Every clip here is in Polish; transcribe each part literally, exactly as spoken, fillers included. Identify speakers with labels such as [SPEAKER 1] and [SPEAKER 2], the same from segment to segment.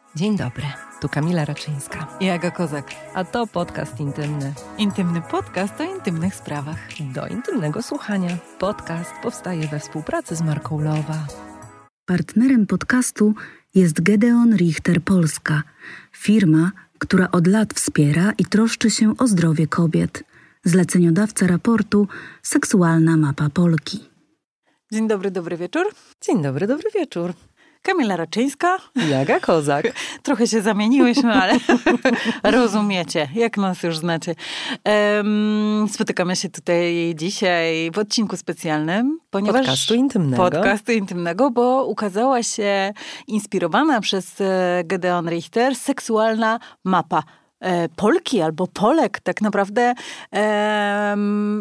[SPEAKER 1] Dzień dobry, tu Kamila Raczyńska
[SPEAKER 2] i Aga Kozak.
[SPEAKER 1] A to podcast intymny.
[SPEAKER 2] Intymny podcast o intymnych sprawach.
[SPEAKER 1] Do intymnego słuchania. Podcast powstaje we współpracy z marką Lowa.
[SPEAKER 3] Partnerem podcastu jest Gedeon Richter Polska, firma, która od lat wspiera i troszczy się o zdrowie kobiet. Zleceniodawca raportu Seksualna Mapa Polki.
[SPEAKER 2] Dzień dobry, dobry wieczór.
[SPEAKER 1] Dzień dobry, dobry wieczór.
[SPEAKER 2] Kamila Raczyńska
[SPEAKER 1] i Aga Kozak.
[SPEAKER 2] Trochę się zamieniłyśmy, ale rozumiecie, jak nas już znacie. Um, spotykamy się tutaj dzisiaj w odcinku specjalnym, ponieważ
[SPEAKER 1] podcastu intymnego.
[SPEAKER 2] Podcastu intymnego, bo ukazała się inspirowana przez Gedeon Richter seksualna mapa Polki albo Polek, tak naprawdę e,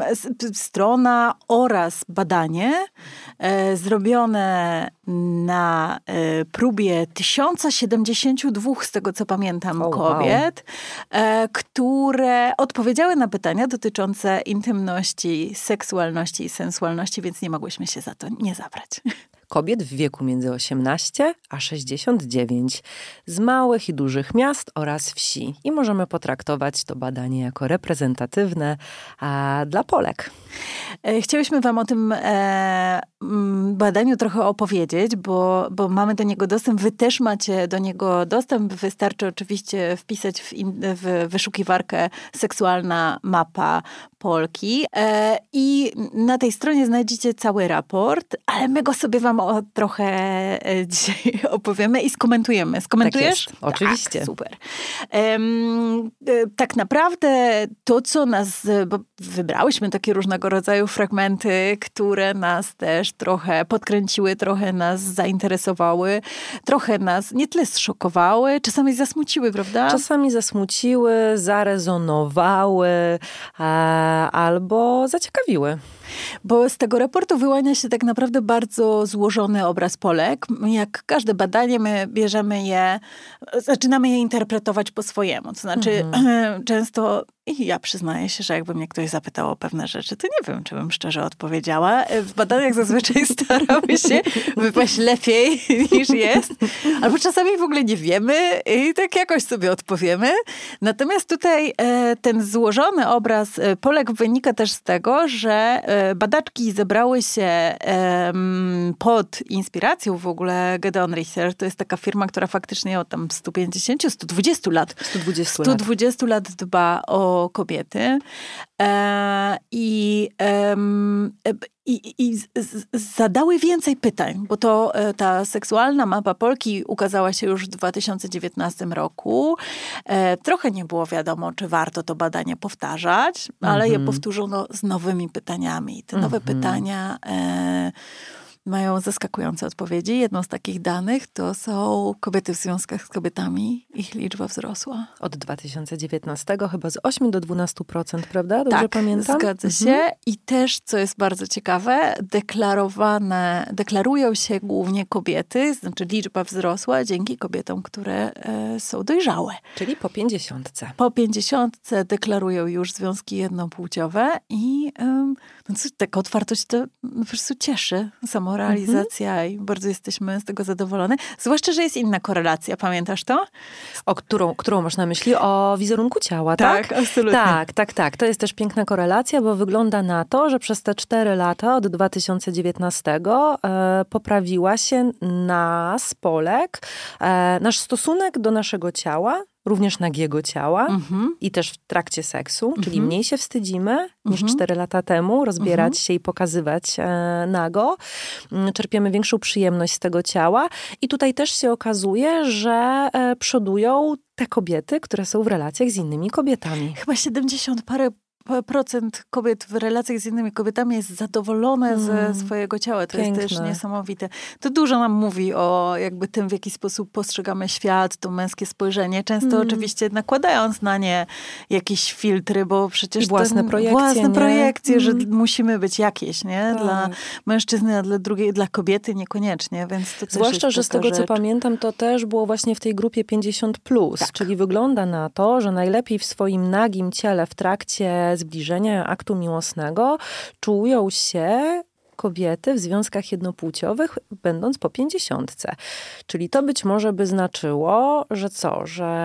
[SPEAKER 2] strona oraz badanie e, zrobione na e, próbie tysiąc siedemdziesiąt dwa, z tego co pamiętam,
[SPEAKER 1] oh,
[SPEAKER 2] kobiet,
[SPEAKER 1] wow.
[SPEAKER 2] e, które odpowiedziały na pytania dotyczące intymności, seksualności i sensualności, więc nie mogłyśmy się za to nie zabrać.
[SPEAKER 1] Kobiet w wieku między osiemnaście a sześćdziesiąt dziewięć z małych i dużych miast oraz wsi. I możemy potraktować to badanie jako reprezentatywne a, dla Polek.
[SPEAKER 2] Chciałyśmy wam o tym e, badaniu trochę opowiedzieć, bo, bo mamy do niego dostęp. Wy też macie do niego dostęp. Wystarczy oczywiście wpisać w, in, w wyszukiwarkę seksualna mapa Polki. E, I na tej stronie znajdziecie cały raport, ale my go sobie wam o, trochę dzisiaj opowiemy i skomentujemy. Skomentujesz?
[SPEAKER 1] Tak jest, oczywiście.
[SPEAKER 2] Tak, super. Um, tak naprawdę to, co nas... Bo wybrałyśmy takie różnego rodzaju fragmenty, które nas też trochę podkręciły, trochę nas zainteresowały, trochę nas nie tyle zszokowały, czasami zasmuciły, prawda?
[SPEAKER 1] Czasami zasmuciły, zarezonowały a, albo zaciekawiły.
[SPEAKER 2] Bo z tego raportu wyłania się tak naprawdę bardzo złożony obraz Polek. Jak każde badanie, my bierzemy je, zaczynamy je interpretować po swojemu. To znaczy mhm. często, i ja przyznaję się, że jakby mnie ktoś zapytał o pewne rzeczy, to nie wiem, czy bym szczerze odpowiedziała. W badaniach zazwyczaj staramy się wypaść lepiej niż jest. Albo czasami w ogóle nie wiemy i tak jakoś sobie odpowiemy. Natomiast tutaj ten złożony obraz Polek wynika też z tego, że badaczki zebrały się um, pod inspiracją w ogóle Gedeon Richter. To jest taka firma, która faktycznie od tam stu pięćdziesięciu, stu dwudziestu lat,
[SPEAKER 1] stu dwudziestu
[SPEAKER 2] stu dwudziestu lat dba o kobiety. E, i, e, i, i z, z, zadały więcej pytań, bo to e, ta seksualna mapa Polki ukazała się już w dwa tysiące dziewiętnastym roku. E, trochę nie było wiadomo, czy warto to badanie powtarzać, ale mm-hmm. je powtórzono z nowymi pytaniami. Te nowe mm-hmm. pytania e, mają zaskakujące odpowiedzi. Jedną z takich danych to są kobiety w związkach z kobietami. Ich liczba wzrosła.
[SPEAKER 1] Od dwa tysiące dziewiętnastego chyba z ośmiu do dwunastu procent, prawda? Dobrze
[SPEAKER 2] tak,
[SPEAKER 1] pamiętam?
[SPEAKER 2] Zgadza się. Mhm. I też, co jest bardzo ciekawe, deklarowane, deklarują się głównie kobiety, znaczy liczba wzrosła dzięki kobietom, które e, są dojrzałe.
[SPEAKER 1] Czyli po pięćdziesiątce.
[SPEAKER 2] Po pięćdziesiątce deklarują już związki jednopłciowe i e, no co, taka otwartość to po prostu cieszy. Samo realizacja mhm. i bardzo jesteśmy z tego zadowolone. Zwłaszcza, że jest inna korelacja. Pamiętasz to?
[SPEAKER 1] O którą, którą masz na myśli? O wizerunku ciała, tak?
[SPEAKER 2] Tak, absolutnie.
[SPEAKER 1] Tak, tak, tak. To jest też piękna korelacja, bo wygląda na to, że przez te cztery lata od dwa tysiące dziewiętnastego e, poprawiła się nas, Polek, e, nasz stosunek do naszego ciała, również nagiego ciała mm-hmm. i też w trakcie seksu, mm-hmm. czyli mniej się wstydzimy niż mm-hmm. cztery lata temu rozbierać mm-hmm. się i pokazywać e, nago. Czerpiemy większą przyjemność z tego ciała i tutaj też się okazuje, że e, przodują te kobiety, które są w relacjach z innymi kobietami.
[SPEAKER 2] Chyba siedemdziesiąt parę procent kobiet w relacjach z innymi kobietami jest zadowolone mm. ze swojego ciała. To Piękne. Jest też niesamowite. To dużo nam mówi o jakby tym, w jaki sposób postrzegamy świat, to męskie spojrzenie. Często mm. oczywiście nakładając na nie jakieś filtry, bo przecież
[SPEAKER 1] I własne
[SPEAKER 2] ten,
[SPEAKER 1] projekcje,
[SPEAKER 2] własne
[SPEAKER 1] nie?
[SPEAKER 2] projekcje, mm. że musimy być jakieś, nie?
[SPEAKER 1] Tak.
[SPEAKER 2] Dla mężczyzny, a dla drugiej, dla kobiety niekoniecznie. Więc to
[SPEAKER 1] Zwłaszcza,
[SPEAKER 2] też
[SPEAKER 1] że z tego,
[SPEAKER 2] rzecz.
[SPEAKER 1] co pamiętam, to też było właśnie w tej grupie pięćdziesiąt plus. Tak. Czyli wygląda na to, że najlepiej w swoim nagim ciele w trakcie zbliżenia aktu miłosnego czują się kobiety w związkach jednopłciowych, będąc po pięćdziesiątce. Czyli to być może by znaczyło, że co,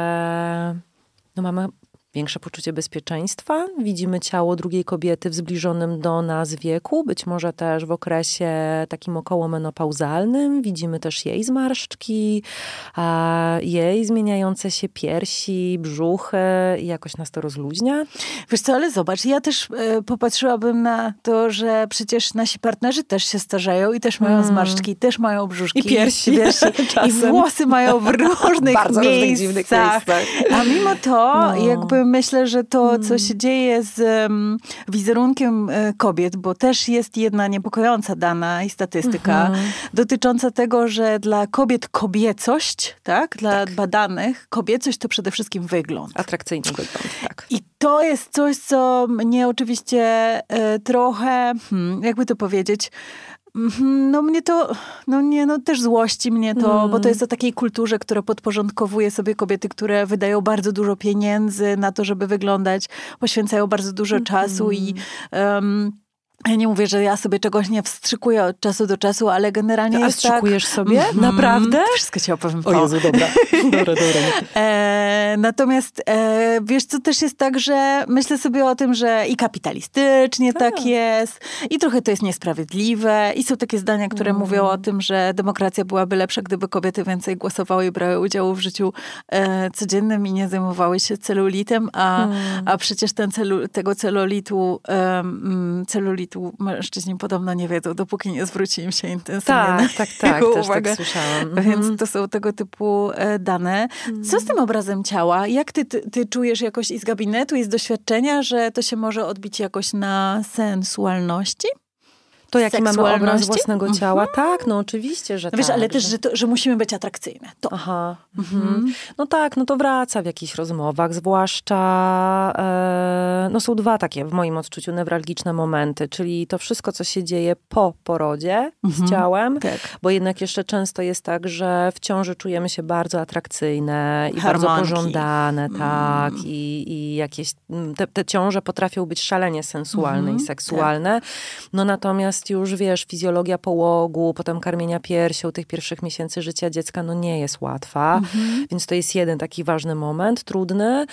[SPEAKER 1] że no mamy większe poczucie bezpieczeństwa. Widzimy ciało drugiej kobiety w zbliżonym do nas wieku, być może też w okresie takim okołomenopauzalnym. Widzimy też jej zmarszczki, a jej zmieniające się piersi, brzuchy i jakoś nas to rozluźnia.
[SPEAKER 2] Wiesz co, ale zobacz, ja też e, popatrzyłabym na to, że przecież nasi partnerzy też się starzeją i też mają mm. zmarszczki, też mają brzuszki.
[SPEAKER 1] I piersi.
[SPEAKER 2] I, piersi, i włosy mają w różnych
[SPEAKER 1] Bardzo
[SPEAKER 2] miejscach.
[SPEAKER 1] różnych dziwnych miejscach.
[SPEAKER 2] A mimo to no. jakby myślę, że to, co się dzieje z um, wizerunkiem y, kobiet, bo też jest jedna niepokojąca dana i statystyka mm-hmm. dotycząca tego, że dla kobiet kobiecość, tak, dla tak. badanych, kobiecość to przede wszystkim wygląd.
[SPEAKER 1] Atrakcyjny wygląd, tak.
[SPEAKER 2] I to jest coś, co mnie oczywiście y, trochę, hmm, jakby to powiedzieć, no mnie to, no nie, no też złości mnie to, mm. bo to jest o takiej kulturze, która podporządkowuje sobie kobiety, które wydają bardzo dużo pieniędzy na to, żeby wyglądać, poświęcają bardzo dużo mm. czasu i um, ja nie mówię, że ja sobie czegoś nie wstrzykuję od czasu do czasu, ale generalnie
[SPEAKER 1] A
[SPEAKER 2] jest tak...
[SPEAKER 1] A wstrzykujesz sobie?
[SPEAKER 2] Mm,
[SPEAKER 1] Naprawdę?
[SPEAKER 2] Wszystko ci opowiem.
[SPEAKER 1] O Jezu, dobra. dobra, dobra.
[SPEAKER 2] E, natomiast e, wiesz, co też jest tak, że myślę sobie o tym, że i kapitalistycznie tak, tak jest, i trochę to jest niesprawiedliwe, i są takie zdania, które mm. mówią o tym, że demokracja byłaby lepsza, gdyby kobiety więcej głosowały i brały udziału w życiu e, codziennym i nie zajmowały się celulitem, a, mm. a przecież ten celu, tego celulitu, um, celulitu mężczyźni podobno nie wiedzą, dopóki nie zwróci im się intensywnie
[SPEAKER 1] tak,
[SPEAKER 2] na
[SPEAKER 1] tak, tak,
[SPEAKER 2] jego
[SPEAKER 1] też
[SPEAKER 2] uwagę.
[SPEAKER 1] Tak słyszałam.
[SPEAKER 2] Więc to są tego typu e, dane. Co z tym obrazem ciała? Jak ty, ty, ty czujesz jakoś i z gabinetu, i z doświadczenia, że to się może odbić jakoś na sensualności?
[SPEAKER 1] To jaki mamy obraz własnego ciała? Mhm. Tak, no oczywiście, że
[SPEAKER 2] no wiesz,
[SPEAKER 1] tak.
[SPEAKER 2] ale też, że, to, że musimy być atrakcyjne. To.
[SPEAKER 1] Aha. Mhm. No tak, no to wraca w jakichś rozmowach, zwłaszcza e, no są dwa takie w moim odczuciu newralgiczne momenty, czyli to wszystko, co się dzieje po porodzie mhm. z ciałem, tak. bo jednak jeszcze często jest tak, że w ciąży czujemy się bardzo atrakcyjne i
[SPEAKER 2] Harmonki.
[SPEAKER 1] bardzo pożądane, mm. tak, i, i jakieś, te, te ciąże potrafią być szalenie sensualne mhm. i seksualne, tak. no natomiast już, wiesz, fizjologia połogu, potem karmienia piersią, tych pierwszych miesięcy życia dziecka, no nie jest łatwa. Mhm. Więc to jest jeden taki ważny moment, trudny.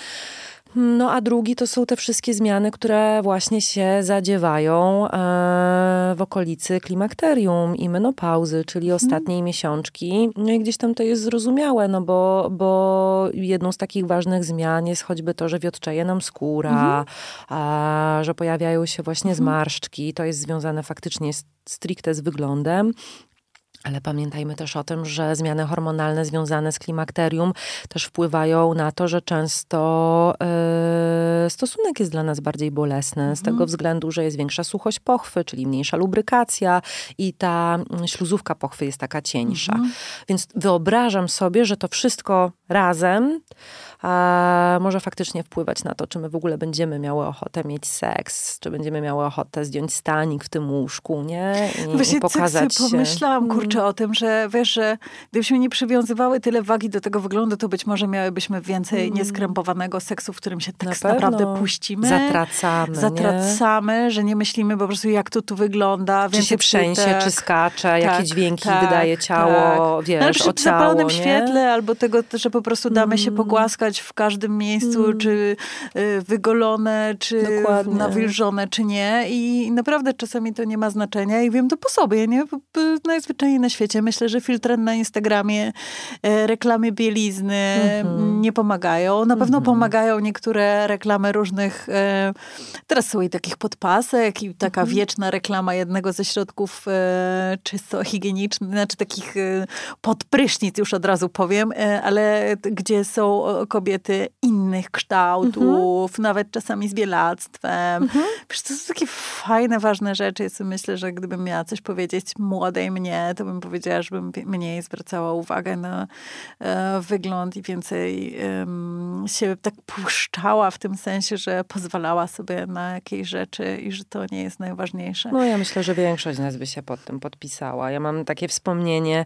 [SPEAKER 1] No a drugi to są te wszystkie zmiany, które właśnie się zadziewają e, w okolicy klimakterium i menopauzy, czyli ostatniej hmm. miesiączki. No i gdzieś tam to jest zrozumiałe, no bo, bo jedną z takich ważnych zmian jest choćby to, że wiotczeje nam skóra, hmm. a, że pojawiają się właśnie hmm. zmarszczki. To jest związane faktycznie stricte z wyglądem. Ale pamiętajmy też o tym, że zmiany hormonalne związane z klimakterium też wpływają na to, że często yy, stosunek jest dla nas bardziej bolesny. Mm. Z tego względu, że jest większa suchość pochwy, czyli mniejsza lubrykacja i ta śluzówka pochwy jest taka cieńsza. Mm. Więc wyobrażam sobie, że to wszystko razem a może faktycznie wpływać na to, czy my w ogóle będziemy miały ochotę mieć seks, czy będziemy miały ochotę zdjąć stanik w tym łóżku, nie? I,
[SPEAKER 2] Właśnie
[SPEAKER 1] i pokazać
[SPEAKER 2] sobie
[SPEAKER 1] się.
[SPEAKER 2] pomyślałam, kurczę, o tym, że wiesz, że gdybyśmy nie przywiązywały tyle wagi do tego wyglądu, to być może miałybyśmy więcej mm. nieskrępowanego seksu, w którym się tak na naprawdę puścimy.
[SPEAKER 1] Zatracamy,
[SPEAKER 2] Zatracamy,
[SPEAKER 1] nie?
[SPEAKER 2] że nie myślimy po prostu, jak to tu wygląda.
[SPEAKER 1] Czy się trzęsie,
[SPEAKER 2] tak,
[SPEAKER 1] czy skacze, tak, jakie dźwięki
[SPEAKER 2] tak,
[SPEAKER 1] wydaje ciało,
[SPEAKER 2] tak.
[SPEAKER 1] wiesz,
[SPEAKER 2] no, ale przy
[SPEAKER 1] o ciało,
[SPEAKER 2] zapalonym
[SPEAKER 1] nie?
[SPEAKER 2] świetle, albo tego, że po prostu damy mm. się pogłaskać w każdym miejscu, mm. czy y, wygolone, czy Dokładnie. nawilżone, czy nie. I naprawdę czasami to nie ma znaczenia i wiem to po sobie, nie? Najzwyczajniej na świecie. Myślę, że filtry na Instagramie, e, reklamy bielizny mm-hmm. nie pomagają. Na pewno mm-hmm. pomagają niektóre reklamy różnych, e, teraz są i takich podpasek i taka mm-hmm. wieczna reklama jednego ze środków e, czysto higienicznych, znaczy takich e, pod prysznic już od razu powiem, e, ale gdzie są kobiety innych kształtów, mm-hmm. nawet czasami z bielactwem. Mm-hmm. Wiesz, to są takie fajne, ważne rzeczy. Ja myślę, że gdybym miała coś powiedzieć młodej mnie, to bym powiedziała, żebym mniej zwracała uwagę na e, wygląd i więcej e, się tak puszczała w tym sensie, że pozwalała sobie na jakieś rzeczy i że to nie jest najważniejsze.
[SPEAKER 1] No ja myślę, że większość z nas by się pod tym podpisała. Ja mam takie wspomnienie,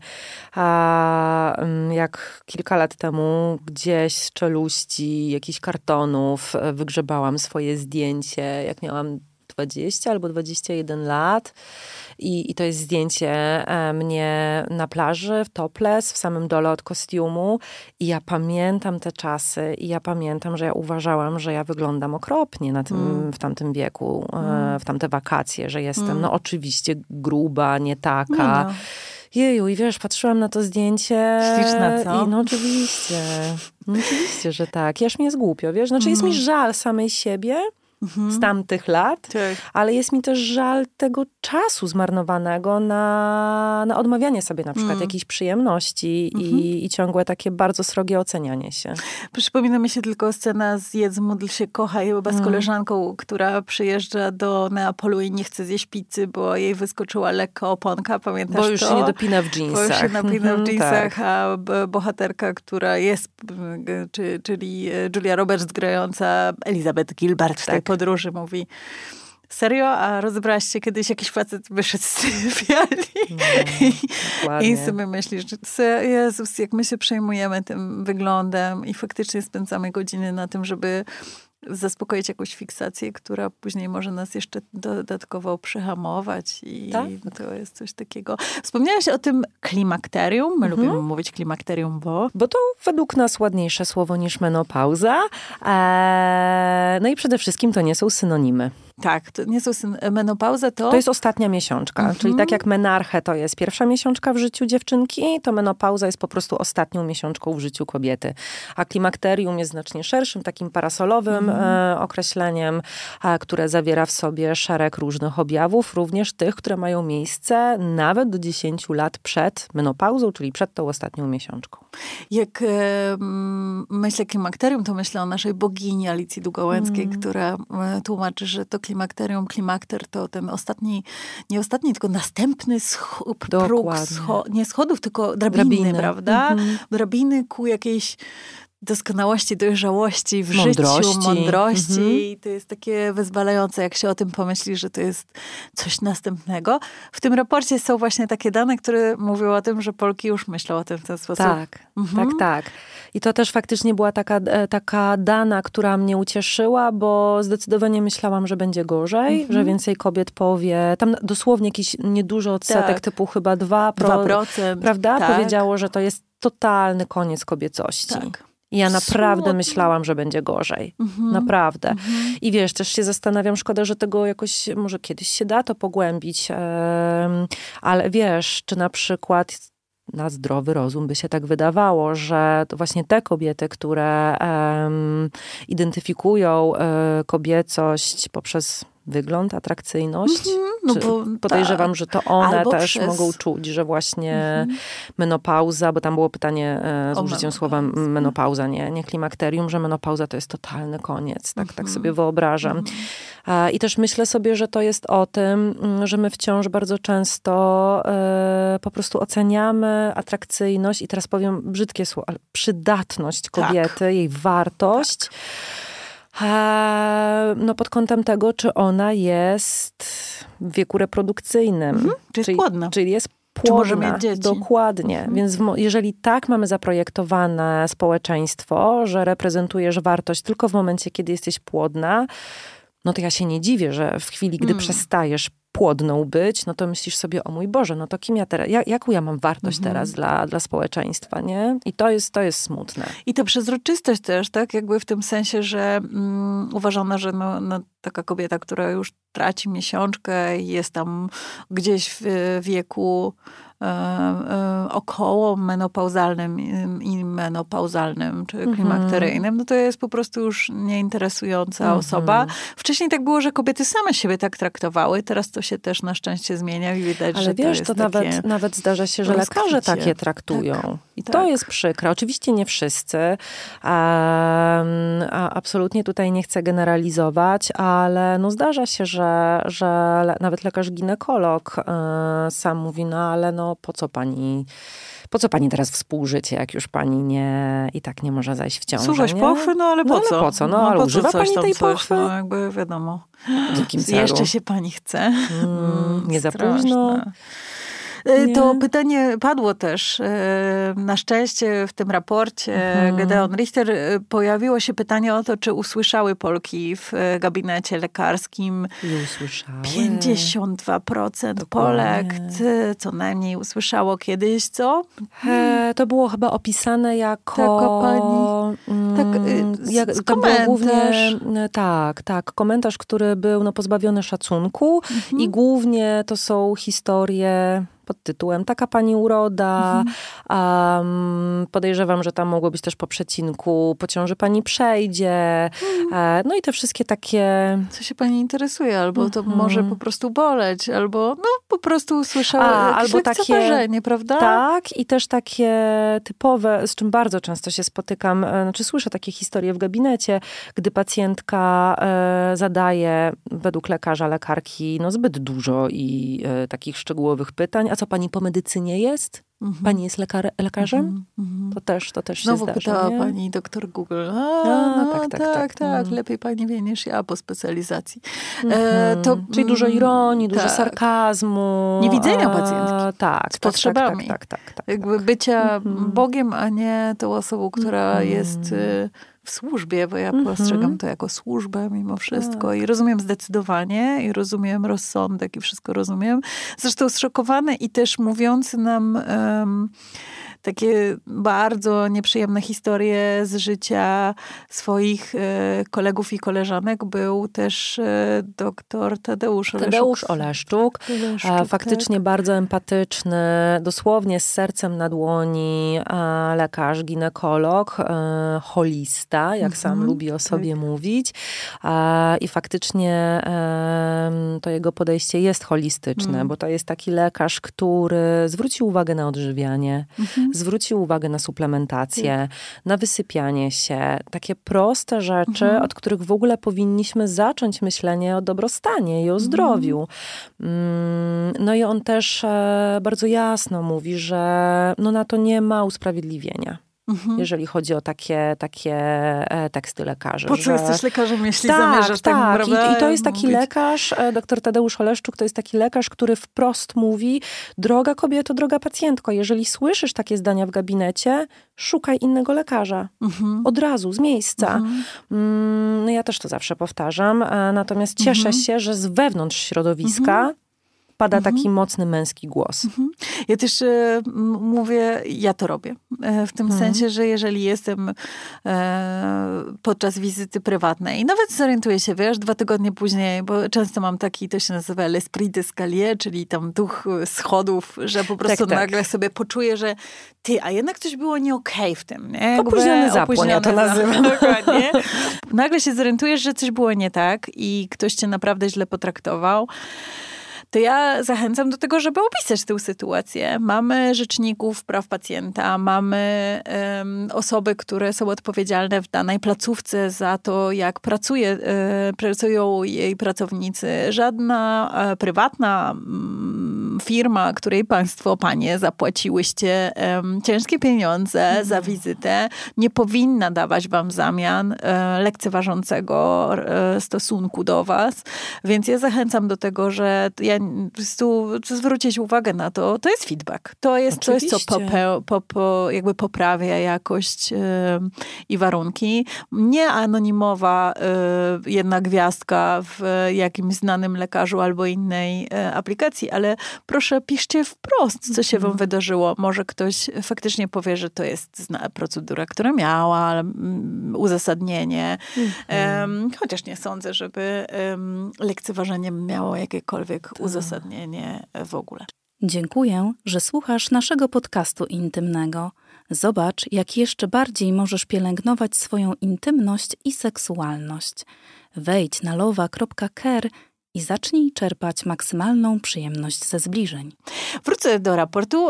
[SPEAKER 1] a, jak kilka lat temu gdzieś z czeluści jakichś kartonów wygrzebałam swoje zdjęcie, jak miałam dwadzieścia albo dwadzieścia jeden lat. I, I to jest zdjęcie e, mnie na plaży, w topless, w samym dole od kostiumu. I ja pamiętam te czasy i ja pamiętam, że ja uważałam, że ja wyglądam okropnie na tym, mm. w tamtym wieku, e, w tamte wakacje, że jestem mm. no oczywiście gruba, nie taka. No. Jeju, i wiesz, patrzyłam na to zdjęcie.
[SPEAKER 2] Śliczna, co?
[SPEAKER 1] I no oczywiście, no oczywiście, że tak. Jaż mi jest głupio, wiesz? Znaczy mm. jest mi żal samej siebie, Mhm. z tamtych lat, tak. ale jest mi też żal tego czasu zmarnowanego na, na odmawianie sobie na przykład mm. jakichś przyjemności mhm. i, i ciągłe takie bardzo srogie ocenianie się.
[SPEAKER 2] Przypomina mi się tylko scena z Jedz, módl się, kochaj, chyba z mm. koleżanką, która przyjeżdża do Neapolu i nie chce zjeść pizzy, bo jej wyskoczyła lekko oponka, pamiętasz to?
[SPEAKER 1] Bo już
[SPEAKER 2] to?
[SPEAKER 1] się nie dopina w dżinsach.
[SPEAKER 2] Bo już się napina
[SPEAKER 1] mhm,
[SPEAKER 2] w dżinsach,
[SPEAKER 1] tak.
[SPEAKER 2] a bohaterka, która jest, czy, czyli Julia Roberts grająca Elizabeth Gilbert w tej tak. podróży, mówi: serio? A rozebrałaś się kiedyś, jakiś facet wyszedł z sypialni? No, I sobie myślisz, że Jezus, jak my się przejmujemy tym wyglądem i faktycznie spędzamy godziny na tym, żeby zaspokoić jakąś fiksację, która później może nas jeszcze dodatkowo przyhamować. I tak? to jest coś takiego. Wspomniałaś o tym klimakterium. My mhm. lubimy mówić klimakterium, bo...
[SPEAKER 1] Bo to według nas ładniejsze słowo niż menopauza. Eee, no i przede wszystkim to nie są synonimy.
[SPEAKER 2] Tak, to nie są syn- menopauza, to...
[SPEAKER 1] To jest ostatnia miesiączka. Mhm. Czyli tak jak menarche to jest pierwsza miesiączka w życiu dziewczynki, to menopauza jest po prostu ostatnią miesiączką w życiu kobiety. A klimakterium jest znacznie szerszym, takim parasolowym mhm. e, określeniem, a, które zawiera w sobie szereg różnych objawów, również tych, które mają miejsce nawet do dziesięciu lat przed menopauzą, czyli przed tą ostatnią miesiączką.
[SPEAKER 2] Jak e, myślę klimakterium, to myślę o naszej bogini Alicji Długołęckiej, mhm. która e, tłumaczy, że to klimakterium, klimakter to ten ostatni, nie ostatni, tylko następny scho- próg, scho- nie schodów, tylko drabiny, drabiny. prawda? Mhm. Drabiny ku jakiejś doskonałości, dojrzałości w
[SPEAKER 1] mądrości.
[SPEAKER 2] życiu, mądrości. Mhm. I to jest takie wyzwalające, jak się o tym pomyśli, że to jest coś następnego. W tym raporcie są właśnie takie dane, które mówią o tym, że Polki już myślą o tym w ten sposób.
[SPEAKER 1] Tak, mhm. tak, tak. I to też faktycznie była taka, taka dana, która mnie ucieszyła, bo zdecydowanie myślałam, że będzie gorzej, mhm. że więcej kobiet powie, tam dosłownie jakiś nieduży odsetek, tak. typu chyba dwa procent, prawda? Tak. Powiedziało, że to jest totalny koniec kobiecości. Tak. I ja naprawdę Smutno. myślałam, że będzie gorzej. Mhm. Naprawdę. Mhm. I wiesz, też się zastanawiam, szkoda, że tego jakoś, może kiedyś się da to pogłębić, um, ale wiesz, czy na przykład na zdrowy rozum by się tak wydawało, że to właśnie te kobiety, które um, identyfikują um, kobiecość poprzez wygląd, atrakcyjność. Mm-hmm, no bo, podejrzewam, ta, że to one też przez... mogą czuć, że właśnie mm-hmm. menopauza, bo tam było pytanie e, z użyciem słowa menopauza, nie, nie klimakterium, że menopauza to jest totalny koniec. Tak, mm-hmm. tak sobie wyobrażam. Mm-hmm. E, I też myślę sobie, że to jest o tym, że my wciąż bardzo często e, po prostu oceniamy atrakcyjność i teraz powiem brzydkie słowo, ale przydatność kobiety, tak. jej wartość. Tak. No pod kątem tego, czy ona jest w wieku reprodukcyjnym. Mhm,
[SPEAKER 2] czy jest czyli, płodna.
[SPEAKER 1] Czyli jest płodna. Czy może mieć dzieci. Dokładnie. Mhm. Więc w, jeżeli tak mamy zaprojektowane społeczeństwo, że reprezentujesz wartość tylko w momencie, kiedy jesteś płodna, no to ja się nie dziwię, że w chwili, gdy hmm. przestajesz płodną być, no to myślisz sobie, o mój Boże, no to kim ja teraz, jak, jaką ja mam wartość mhm. teraz dla, dla społeczeństwa, nie? I to jest, to jest smutne.
[SPEAKER 2] I ta przezroczystość też, tak? Jakby w tym sensie, że mm, uważano, że no, no, taka kobieta, która już traci miesiączkę i jest tam gdzieś w wieku e, e, około menopauzalnym i menopauzalnym, czy klimakteryjnym, mm-hmm. no to jest po prostu już nieinteresująca mm-hmm. osoba. Wcześniej tak było, że kobiety same siebie tak traktowały, teraz to się też na szczęście zmienia i widać,
[SPEAKER 1] ale
[SPEAKER 2] że
[SPEAKER 1] wiesz,
[SPEAKER 2] to
[SPEAKER 1] jest
[SPEAKER 2] to
[SPEAKER 1] nawet, nawet zdarza się, że rozkwicie. Lekarze takie traktują. Tak, I tak. to jest przykre. Oczywiście nie wszyscy. A, a absolutnie tutaj nie chcę generalizować, ale no zdarza się, że, że nawet lekarz ginekolog y, sam mówi, no ale no po co pani... Po co pani teraz współżycie, jak już pani nie i tak nie może zajść w ciążę?
[SPEAKER 2] Słuchać pochwy, no ale po
[SPEAKER 1] no,
[SPEAKER 2] co?
[SPEAKER 1] Ale po co? No, no ale po używa pani tej coś, pochwy?
[SPEAKER 2] No jakby wiadomo.
[SPEAKER 1] W jakim celu?
[SPEAKER 2] Jeszcze się pani chce.
[SPEAKER 1] Mm, nie za późno.
[SPEAKER 2] Nie?
[SPEAKER 1] Nie?
[SPEAKER 2] To pytanie padło też. Na szczęście w tym raporcie mhm. Gedeon Richter pojawiło się pytanie o to, czy usłyszały Polki w gabinecie lekarskim.
[SPEAKER 1] I usłyszały.
[SPEAKER 2] pięćdziesiąt dwa procent Polek co najmniej usłyszało kiedyś, co?
[SPEAKER 1] E, to było chyba opisane jako...
[SPEAKER 2] Taka pani...
[SPEAKER 1] Mm,
[SPEAKER 2] tak,
[SPEAKER 1] jak,
[SPEAKER 2] z
[SPEAKER 1] to było głównie, tak, tak. Komentarz, który był no, pozbawiony szacunku mhm. i głównie to są historie pod tytułem Taka pani uroda. Mhm. Um, podejrzewam, że tam mogło być też po przecinku Po ciąży pani przejdzie. Mhm. No i te wszystkie takie...
[SPEAKER 2] Co się pani interesuje? Albo mhm. to może po prostu boleć, albo no po prostu słyszała albo takie, prawda?
[SPEAKER 1] Tak, i też takie typowe, z czym bardzo często się spotykam, znaczy słyszę takie historie w gabinecie, gdy pacjentka e, zadaje według lekarza, lekarki no zbyt dużo i e, takich szczegółowych pytań. A co pani po medycynie jest? Mhm. Pani jest lekar- lekarzem? Mhm. To też, to też
[SPEAKER 2] Znowu
[SPEAKER 1] się zdarza.
[SPEAKER 2] Znowu pytała
[SPEAKER 1] nie?
[SPEAKER 2] pani doktor Google. A,
[SPEAKER 1] A,
[SPEAKER 2] no,
[SPEAKER 1] tak, tak,
[SPEAKER 2] tak,
[SPEAKER 1] tak.
[SPEAKER 2] tak.
[SPEAKER 1] Mm.
[SPEAKER 2] Lepiej pani wie niż ja po specjalizacji.
[SPEAKER 1] Mhm. E, to, Czyli dużo ironii, dużo
[SPEAKER 2] tak.
[SPEAKER 1] sarkazmu.
[SPEAKER 2] Niewidzenia pacjentki.
[SPEAKER 1] A, tak,
[SPEAKER 2] z potrzebami.
[SPEAKER 1] Tak, tak, tak, tak, tak,
[SPEAKER 2] Jakby
[SPEAKER 1] tak.
[SPEAKER 2] bycia
[SPEAKER 1] Mhm.
[SPEAKER 2] Bogiem, a nie tą osobą, która mhm. jest... Y- w służbie, bo ja mm-hmm. postrzegam to jako służbę mimo wszystko tak. i rozumiem zdecydowanie i rozumiem rozsądek i wszystko rozumiem. Zresztą zszokowany i też mówiący nam um, takie bardzo nieprzyjemne historie z życia swoich e, kolegów i koleżanek był też e, doktor Tadeusz Oleszczuk.
[SPEAKER 1] Tadeusz Oleszczuk. Oleszczuk a, faktycznie tak. bardzo empatyczny, dosłownie z sercem na dłoni, a, lekarz, ginekolog, e, holista, jak mm-hmm. sam lubi o sobie tak. mówić. A, I faktycznie e, to jego podejście jest holistyczne, mm. bo to jest taki lekarz, który zwrócił uwagę na odżywianie, mm-hmm. zwrócił uwagę na suplementację, mm. na wysypianie się. Takie proste rzeczy, mm. od których w ogóle powinniśmy zacząć myślenie o dobrostanie i o zdrowiu. Mm. No i on też e, bardzo jasno mówi, że no na to nie ma usprawiedliwienia. Mhm. Jeżeli chodzi o takie, takie e, teksty lekarzy.
[SPEAKER 2] Po co
[SPEAKER 1] że...
[SPEAKER 2] jesteś lekarzem, jeśli
[SPEAKER 1] tak,
[SPEAKER 2] zamierzasz tak,
[SPEAKER 1] tak.
[SPEAKER 2] prawda?
[SPEAKER 1] I, I to jest taki
[SPEAKER 2] mówić.
[SPEAKER 1] lekarz, dr Tadeusz Oleszczuk, to jest taki lekarz, który wprost mówi: droga kobieto, droga pacjentko, jeżeli słyszysz takie zdania w gabinecie, szukaj innego lekarza. Mhm. Od razu, z miejsca. Mhm. No ja też to zawsze powtarzam, natomiast cieszę mhm. się, że z wewnątrz środowiska mhm. pada mhm. taki mocny męski głos. Mhm.
[SPEAKER 2] Ja też e, mówię, ja to robię. E, w tym mhm. sensie, że jeżeli jestem e, podczas wizyty prywatnej, nawet zorientuję się, wiesz, dwa tygodnie później, bo często mam taki, to się nazywa l'esprit d'escalier, czyli tam duch schodów, że po prostu tak, nagle tak. sobie poczuję, że ty, a jednak coś było nie okej okay w tym. Nie?
[SPEAKER 1] Opóźniony zapłon, ja to nazywam.
[SPEAKER 2] Dokładnie. Nagle się zorientujesz, że coś było nie tak i ktoś cię naprawdę źle potraktował. To ja zachęcam do tego, żeby opisać tę sytuację. Mamy rzeczników praw pacjenta, mamy um, osoby, które są odpowiedzialne w danej placówce za to, jak pracuje, e, pracują jej pracownicy. Żadna e, prywatna m, firma, której państwo, panie, zapłaciłyście e, ciężkie pieniądze mm. za wizytę, nie powinna dawać wam w zamian e, lekceważącego e, stosunku do was. Więc ja zachęcam do tego, że ja po prostu zwrócić uwagę na to, to jest feedback. To jest Oczywiście. coś, co pope, po, po, jakby poprawia jakość yy, i warunki. Nie anonimowa yy, jedna gwiazdka w jakimś znanym lekarzu albo innej yy, aplikacji, ale proszę piszcie wprost, co się wam wydarzyło. Może ktoś faktycznie powie, że to jest zna, procedura, która miała um, uzasadnienie. Mm-hmm. Yy, chociaż nie sądzę, żeby yy, lekceważenie miało jakiekolwiek to. uzasadnienie w ogóle.
[SPEAKER 3] Dziękuję, że słuchasz naszego podcastu intymnego. Zobacz, jak jeszcze bardziej możesz pielęgnować swoją intymność i seksualność. Wejdź na lowa kropka care i zacznij czerpać maksymalną przyjemność ze zbliżeń.
[SPEAKER 2] Wrócę do raportu.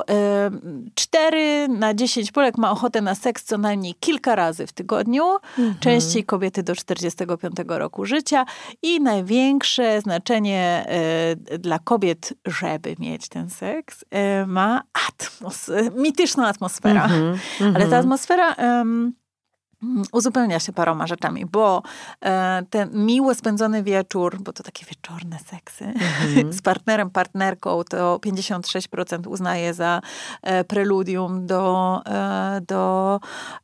[SPEAKER 2] cztery na dziesięć Polek ma ochotę na seks co najmniej kilka razy w tygodniu. Mhm. Częściej kobiety do czterdziestego piątego roku życia. I największe znaczenie dla kobiet, żeby mieć ten seks, ma atmos- mityczna atmosfera. Mhm. Ale ta atmosfera... Um, uzupełnia się paroma rzeczami, bo e, ten miło spędzony wieczór, bo to takie wieczorne seksy, mm-hmm. z partnerem, partnerką, to pięćdziesiąt sześć procent uznaje za e, preludium do, e, do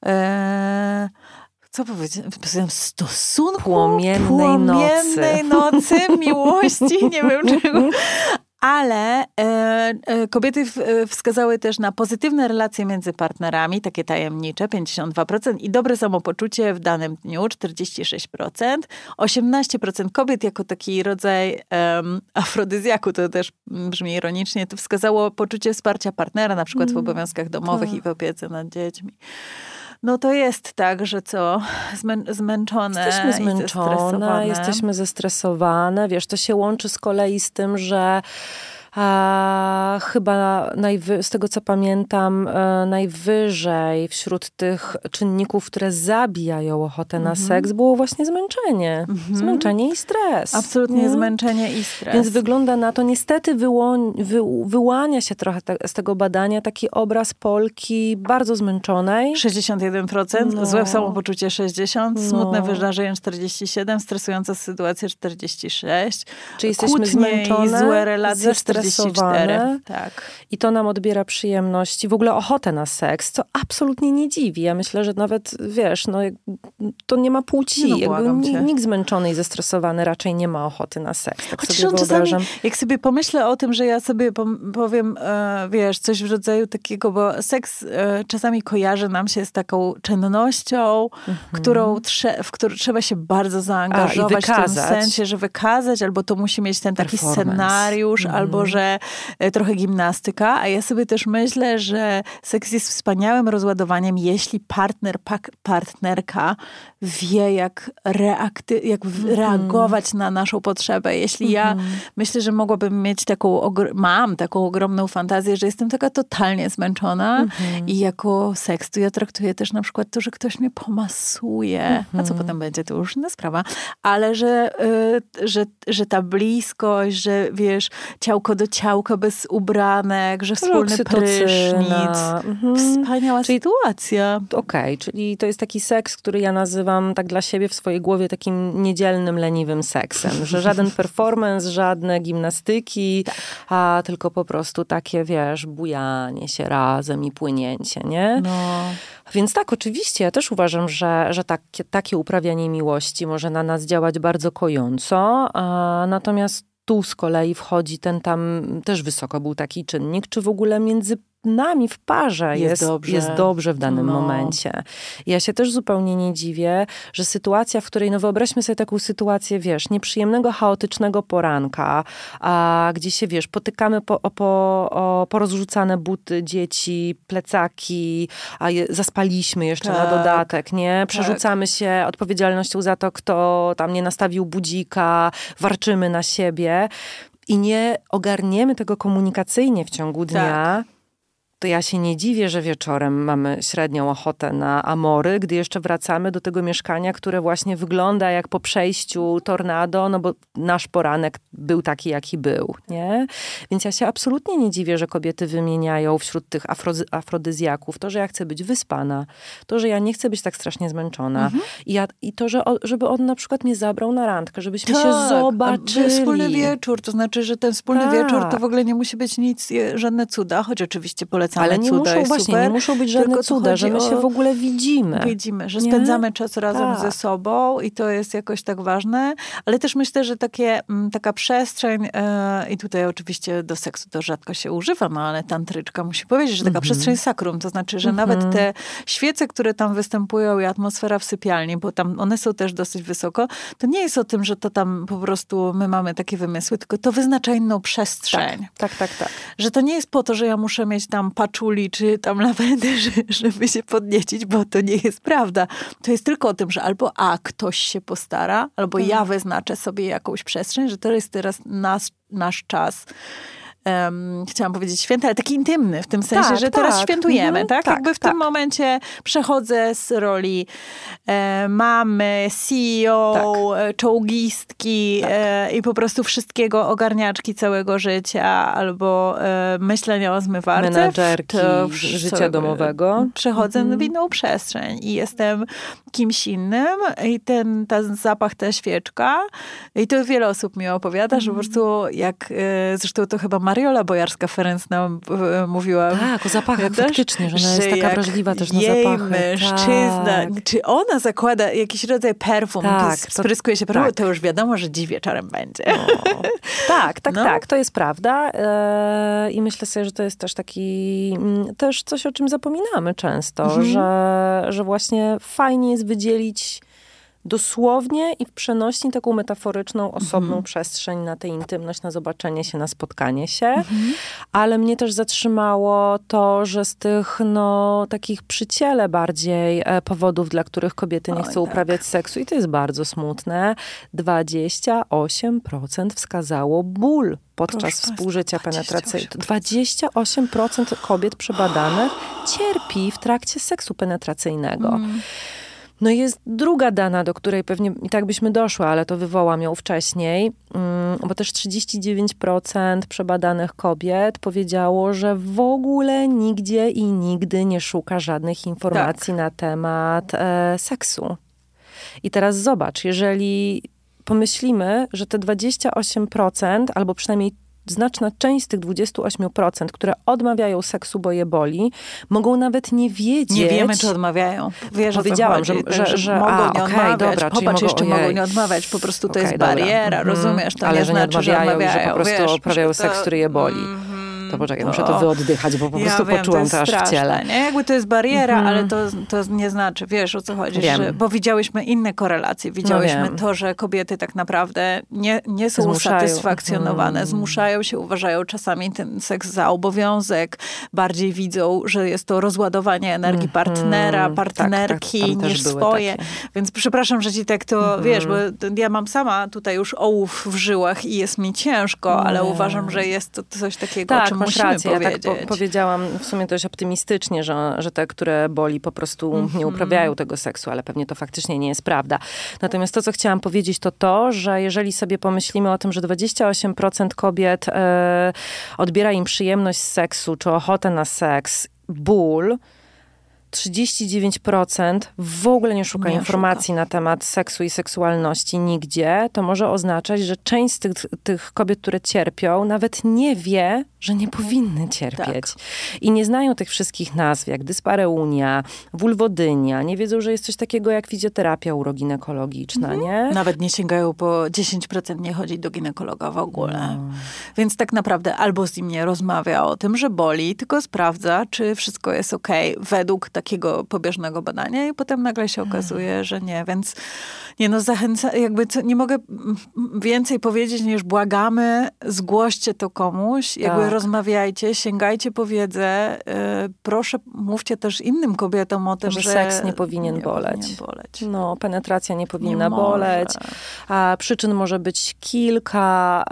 [SPEAKER 2] e, co powiedziałem? Stosunku
[SPEAKER 1] płomiennej,
[SPEAKER 2] płomiennej
[SPEAKER 1] nocy.
[SPEAKER 2] nocy, miłości, nie wiem czego. Ale e, e, kobiety w, e, wskazały też na pozytywne relacje między partnerami, takie tajemnicze, pięćdziesiąt dwa procent i dobre samopoczucie w danym dniu, czterdzieści sześć procent. osiemnaście procent kobiet jako taki rodzaj um, afrodyzjaku, to też brzmi ironicznie, to wskazało poczucie wsparcia partnera, na przykład w obowiązkach domowych
[SPEAKER 1] tak.
[SPEAKER 2] i w opiece nad dziećmi. No to jest tak, że co? Zmę- zmęczone
[SPEAKER 1] Jesteśmy zmęczone,
[SPEAKER 2] i zestresowane.
[SPEAKER 1] jesteśmy zestresowane. Wiesz, to się łączy z kolei z tym, że a, chyba najwy- z tego, co pamiętam, e, najwyżej wśród tych czynników, które zabijają ochotę mm-hmm. na seks, było właśnie zmęczenie. Mm-hmm. Zmęczenie i stres.
[SPEAKER 2] Absolutnie mm. zmęczenie i stres.
[SPEAKER 1] Więc wygląda na to, niestety wyło- wy- wyłania się trochę te- z tego badania taki obraz Polki bardzo zmęczonej.
[SPEAKER 2] sześćdziesiąt jeden procent,
[SPEAKER 1] no.
[SPEAKER 2] złe samopoczucie sześćdziesiąt procent,
[SPEAKER 1] no.
[SPEAKER 2] smutne wydarzenia czterdzieści siedem procent, stresująca sytuacja czterdzieści sześć procent,
[SPEAKER 1] Czy jesteśmy
[SPEAKER 2] kłótnie
[SPEAKER 1] zmęczone,
[SPEAKER 2] i złe relacje czterdzieści cztery procent.
[SPEAKER 1] Tak. I to nam odbiera przyjemność i w ogóle ochotę na seks, co absolutnie nie dziwi. Ja myślę, że nawet, wiesz, no, to nie ma płci.
[SPEAKER 2] No,
[SPEAKER 1] Jakby
[SPEAKER 2] cię.
[SPEAKER 1] nikt zmęczony i zestresowany raczej nie ma ochoty na seks. Tak
[SPEAKER 2] Chociaż
[SPEAKER 1] sobie
[SPEAKER 2] on
[SPEAKER 1] wyobrażam.
[SPEAKER 2] czasami, jak sobie pomyślę o tym, że ja sobie powiem, e, wiesz, coś w rodzaju takiego, bo seks e, czasami kojarzy nam się z taką czynnością, mhm. którą trze- w którą trzeba się bardzo zaangażować.
[SPEAKER 1] A, i
[SPEAKER 2] w tym sensie, że wykazać, albo to musi mieć ten taki scenariusz, mhm. albo że e, trochę gimnastyka, a ja sobie też myślę, że seks jest wspaniałym rozładowaniem, jeśli partner, pak, partnerka wie, jak, reakty- jak mm. reagować na naszą potrzebę. Jeśli mm. ja myślę, że mogłabym mieć taką, ogr- mam taką ogromną fantazję, że jestem taka totalnie zmęczona mm. i jako seks, to ja traktuję też na przykład to, że ktoś mnie pomasuje, mm. a co potem będzie, to już inna sprawa, ale że, y, że, że ta bliskość, że wiesz, ciałko do ciałka bez ubranek, że wspólny prysznic. Mhm. Wspaniała czyli, sytuacja.
[SPEAKER 1] Okej, okay, czyli to jest taki seks, który ja nazywam tak dla siebie w swojej głowie takim niedzielnym, leniwym seksem. Że żaden performance, żadne gimnastyki, tak. a tylko po prostu takie, wiesz, bujanie się razem i płynięcie, nie?
[SPEAKER 2] No.
[SPEAKER 1] Więc tak, oczywiście, ja też uważam, że, że takie, takie uprawianie miłości może na nas działać bardzo kojąco, a natomiast tu z kolei wchodzi ten tam, też wysoko był taki czynnik, czy w ogóle między nami w parze jest, jest, dobrze. jest dobrze w danym no. momencie. Ja się też zupełnie nie dziwię, że sytuacja, w której, no wyobraźmy sobie taką sytuację, wiesz, nieprzyjemnego, chaotycznego poranka, a gdzie się, wiesz, potykamy po, po, o porozrzucane buty dzieci, plecaki, a je, zaspaliśmy jeszcze tak. na dodatek, nie? Przerzucamy tak. się odpowiedzialnością za to, kto tam nie nastawił budzika, warczymy na siebie i nie ogarniemy tego komunikacyjnie w ciągu dnia, tak. to ja się nie dziwię, że wieczorem mamy średnią ochotę na amory, gdy jeszcze wracamy do tego mieszkania, które właśnie wygląda jak po przejściu tornado, no bo nasz poranek był taki, jaki był, nie? Więc ja się absolutnie nie dziwię, że kobiety wymieniają wśród tych afro- afrodyzjaków to, że ja chcę być wyspana, to, że ja nie chcę być tak strasznie zmęczona mhm. I, ja, i to, że o, żeby on na przykład mnie zabrał na randkę, żebyśmy tak, się zobaczyli.
[SPEAKER 2] Wspólny wieczór, to znaczy, że ten wspólny tak. wieczór to w ogóle nie musi być nic, żadne cuda, choć oczywiście polecam.
[SPEAKER 1] Ale nie
[SPEAKER 2] cuda
[SPEAKER 1] muszą, właśnie,
[SPEAKER 2] super,
[SPEAKER 1] nie muszą być żadne cuda, że my się w ogóle widzimy.
[SPEAKER 2] Widzimy, że
[SPEAKER 1] nie?
[SPEAKER 2] spędzamy czas razem
[SPEAKER 1] tak.
[SPEAKER 2] ze sobą i to jest jakoś tak ważne. Ale też myślę, że takie, taka przestrzeń e, i tutaj oczywiście do seksu to rzadko się używa, no ale tantryczka musi powiedzieć, że taka mm-hmm. przestrzeń sakrum, to znaczy, że mm-hmm. nawet te świece, które tam występują i atmosfera w sypialni, bo tam one są też dosyć wysoko, to nie jest o tym, że to tam po prostu my mamy takie wymysły, tylko to wyznacza inną przestrzeń.
[SPEAKER 1] Tak, tak, tak. tak.
[SPEAKER 2] Że to nie jest po to, że ja muszę mieć tam paczuli czy tam lawendę, żeby się podniecić, bo to nie jest prawda. To jest tylko o tym, że albo a, ktoś się postara, albo tak. ja wyznaczę sobie jakąś przestrzeń, że to jest teraz nas, nasz czas. Um, chciałam powiedzieć święty, ale taki intymny, w tym sensie, tak, że tak. teraz świętujemy, mhm, tak? tak? Jakby w tak. tym momencie przechodzę z roli e, mamy, C E O, tak. czołgistki tak. e, i po prostu wszystkiego, ogarniaczki całego życia, albo e, myślenia o zmywarce.
[SPEAKER 1] Menadżerki życia domowego.
[SPEAKER 2] Przechodzę
[SPEAKER 1] mhm.
[SPEAKER 2] w inną przestrzeń i jestem kimś innym i ten, ten zapach, ta świeczka. I to wiele osób mi opowiada, mm. że po prostu jak, zresztą to chyba Mariola Bojarska-Ferenc nam mówiła.
[SPEAKER 1] Tak, o zapachach faktycznie, że ona jest taka wrażliwa też na
[SPEAKER 2] jej
[SPEAKER 1] zapachy.
[SPEAKER 2] mężczyzna,
[SPEAKER 1] tak.
[SPEAKER 2] czy ona zakłada jakiś rodzaj perfum,
[SPEAKER 1] tak,
[SPEAKER 2] spryskuje się perfum,
[SPEAKER 1] tak.
[SPEAKER 2] to już wiadomo, że dziś wieczorem będzie.
[SPEAKER 1] O. Tak, tak,
[SPEAKER 2] no.
[SPEAKER 1] tak, to jest prawda. E, I myślę sobie, że to jest też taki, też coś, o czym zapominamy często, mhm. że, że właśnie fajnie jest wydzielić dosłownie i w przenośni taką metaforyczną, osobną mhm. przestrzeń na tę intymność, na zobaczenie się, na spotkanie się. Mhm. Ale mnie też zatrzymało to, że z tych no, takich przy ciele bardziej e, powodów, dla których kobiety nie
[SPEAKER 2] Oj,
[SPEAKER 1] chcą
[SPEAKER 2] tak.
[SPEAKER 1] uprawiać seksu, i to jest bardzo smutne, dwadzieścia osiem procent wskazało ból podczas
[SPEAKER 2] Proszę
[SPEAKER 1] współżycia penetracyjnego.
[SPEAKER 2] dwadzieścia
[SPEAKER 1] dwadzieścia osiem procent kobiet przebadanych cierpi w trakcie seksu penetracyjnego. Mm. No i jest druga dana, do której pewnie i tak byśmy doszły, ale to wywołam ją wcześniej, bo też trzydzieści dziewięć procent przebadanych kobiet powiedziało, że w ogóle nigdzie i nigdy nie szuka żadnych informacji tak. na temat e, seksu. I teraz zobacz, jeżeli pomyślimy, że te dwadzieścia osiem procent, albo przynajmniej znaczna część z tych dwudziestu ośmiu procent, które odmawiają seksu, bo je boli, mogą nawet nie wiedzieć.
[SPEAKER 2] Nie wiemy, czy odmawiają. Wiesz,
[SPEAKER 1] powiedziałam, że, że, że, że
[SPEAKER 2] mogą
[SPEAKER 1] a,
[SPEAKER 2] nie
[SPEAKER 1] okay,
[SPEAKER 2] odmawiać.
[SPEAKER 1] Dobra,
[SPEAKER 2] Popatrz, jeszcze
[SPEAKER 1] mogą,
[SPEAKER 2] mogą nie odmawiać. Po prostu to
[SPEAKER 1] okay,
[SPEAKER 2] jest
[SPEAKER 1] dobra.
[SPEAKER 2] bariera,
[SPEAKER 1] mm-hmm.
[SPEAKER 2] rozumiesz? To
[SPEAKER 1] ale
[SPEAKER 2] nie
[SPEAKER 1] że
[SPEAKER 2] znaczy,
[SPEAKER 1] nie odmawiają,
[SPEAKER 2] że odmawiają.
[SPEAKER 1] że po prostu
[SPEAKER 2] wiesz,
[SPEAKER 1] uprawiają seks,
[SPEAKER 2] to,
[SPEAKER 1] który je boli.
[SPEAKER 2] Mm-hmm.
[SPEAKER 1] To poczekaj,
[SPEAKER 2] to...
[SPEAKER 1] muszę to wyoddychać, bo po
[SPEAKER 2] ja
[SPEAKER 1] prostu
[SPEAKER 2] wiem,
[SPEAKER 1] poczułam to,
[SPEAKER 2] to
[SPEAKER 1] aż w ciele.
[SPEAKER 2] Nie? Jakby to jest bariera,
[SPEAKER 1] mm-hmm.
[SPEAKER 2] ale to, to nie znaczy, wiesz, o co chodzi,
[SPEAKER 1] wiem.
[SPEAKER 2] że, bo widziałyśmy inne korelacje. Widziałyśmy
[SPEAKER 1] no
[SPEAKER 2] to, że kobiety tak naprawdę nie, nie są
[SPEAKER 1] zmuszają.
[SPEAKER 2] usatysfakcjonowane,
[SPEAKER 1] Mm.
[SPEAKER 2] zmuszają się, uważają czasami ten seks za obowiązek, bardziej widzą, że jest to rozładowanie energii mm-hmm. partnera, partnerki, tak, tak, niż swoje. Takie. Więc przepraszam, że ci tak to, mm-hmm. wiesz, bo ja mam sama tutaj już ołów w żyłach i jest mi ciężko, mm. ale uważam, że jest to coś takiego,
[SPEAKER 1] tak,
[SPEAKER 2] o czym
[SPEAKER 1] masz
[SPEAKER 2] musimy
[SPEAKER 1] rację.
[SPEAKER 2] powiedzieć.
[SPEAKER 1] Ja tak po- powiedziałam w sumie dość optymistycznie, że, że te, które boli, po prostu mm-hmm. nie uprawiają tego seksu, ale pewnie to faktycznie nie jest prawda. Natomiast to, co chciałam powiedzieć, to to, że jeżeli sobie pomyślimy o tym, że dwadzieścia osiem procent kobiet e, odbiera im przyjemność z seksu, czy ochotę na seks, ból, trzydzieści dziewięć procent w ogóle nie szuka
[SPEAKER 2] nie
[SPEAKER 1] informacji
[SPEAKER 2] szuka.
[SPEAKER 1] na temat seksu i seksualności nigdzie, to może oznaczać, że część z tych, tych kobiet, które cierpią, nawet nie wie, że nie powinny cierpieć. Tak. I nie znają tych wszystkich nazw, jak dyspareunia, wulwodynia. Nie wiedzą, że jest coś takiego jak fizjoterapia uroginekologiczna, mhm. nie?
[SPEAKER 2] Nawet nie sięgają po dziesięć procent nie chodzi do ginekologa w ogóle. No. Więc tak naprawdę albo z nim nie rozmawia o tym, że boli, tylko sprawdza, czy wszystko jest okej według takiego pobieżnego badania i potem nagle się okazuje, że nie. Więc nie no, zachęca, jakby co, nie mogę więcej powiedzieć niż błagamy, zgłoście to komuś, tak. jakby rozmawiajcie, sięgajcie po wiedzę. Yy, proszę, mówcie też innym kobietom o tym,
[SPEAKER 1] że,
[SPEAKER 2] że
[SPEAKER 1] seks nie powinien nie boleć.
[SPEAKER 2] Powinien boleć.
[SPEAKER 1] No, penetracja nie powinna
[SPEAKER 2] nie
[SPEAKER 1] boleć. A przyczyn może być kilka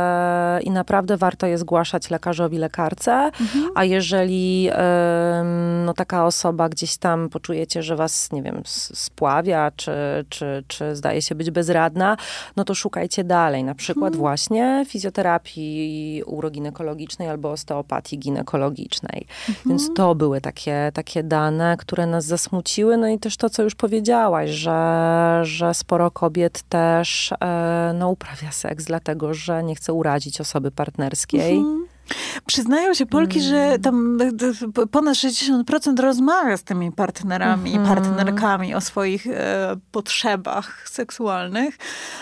[SPEAKER 1] e, i naprawdę warto je zgłaszać lekarzowi, lekarce. Mhm. A jeżeli e, no, taka osoba gdzieś tam poczujecie, że was, nie wiem, spławia, czy, czy, czy zdaje się być bezradna, no to szukajcie dalej. Na przykład hmm. właśnie fizjoterapii uroginekologicznej albo osteopatii ginekologicznej. Hmm. Więc to były takie, takie dane, które nas zasmuciły. No i też to, co już powiedziałaś, że, że sporo kobiet też e, no, uprawia seks, dlatego że nie chce urazić osoby partnerskiej. Hmm.
[SPEAKER 2] Przyznają się Polki, mm. że tam ponad sześćdziesiąt procent rozmawia z tymi partnerami i mm-hmm. partnerkami o swoich e, potrzebach seksualnych.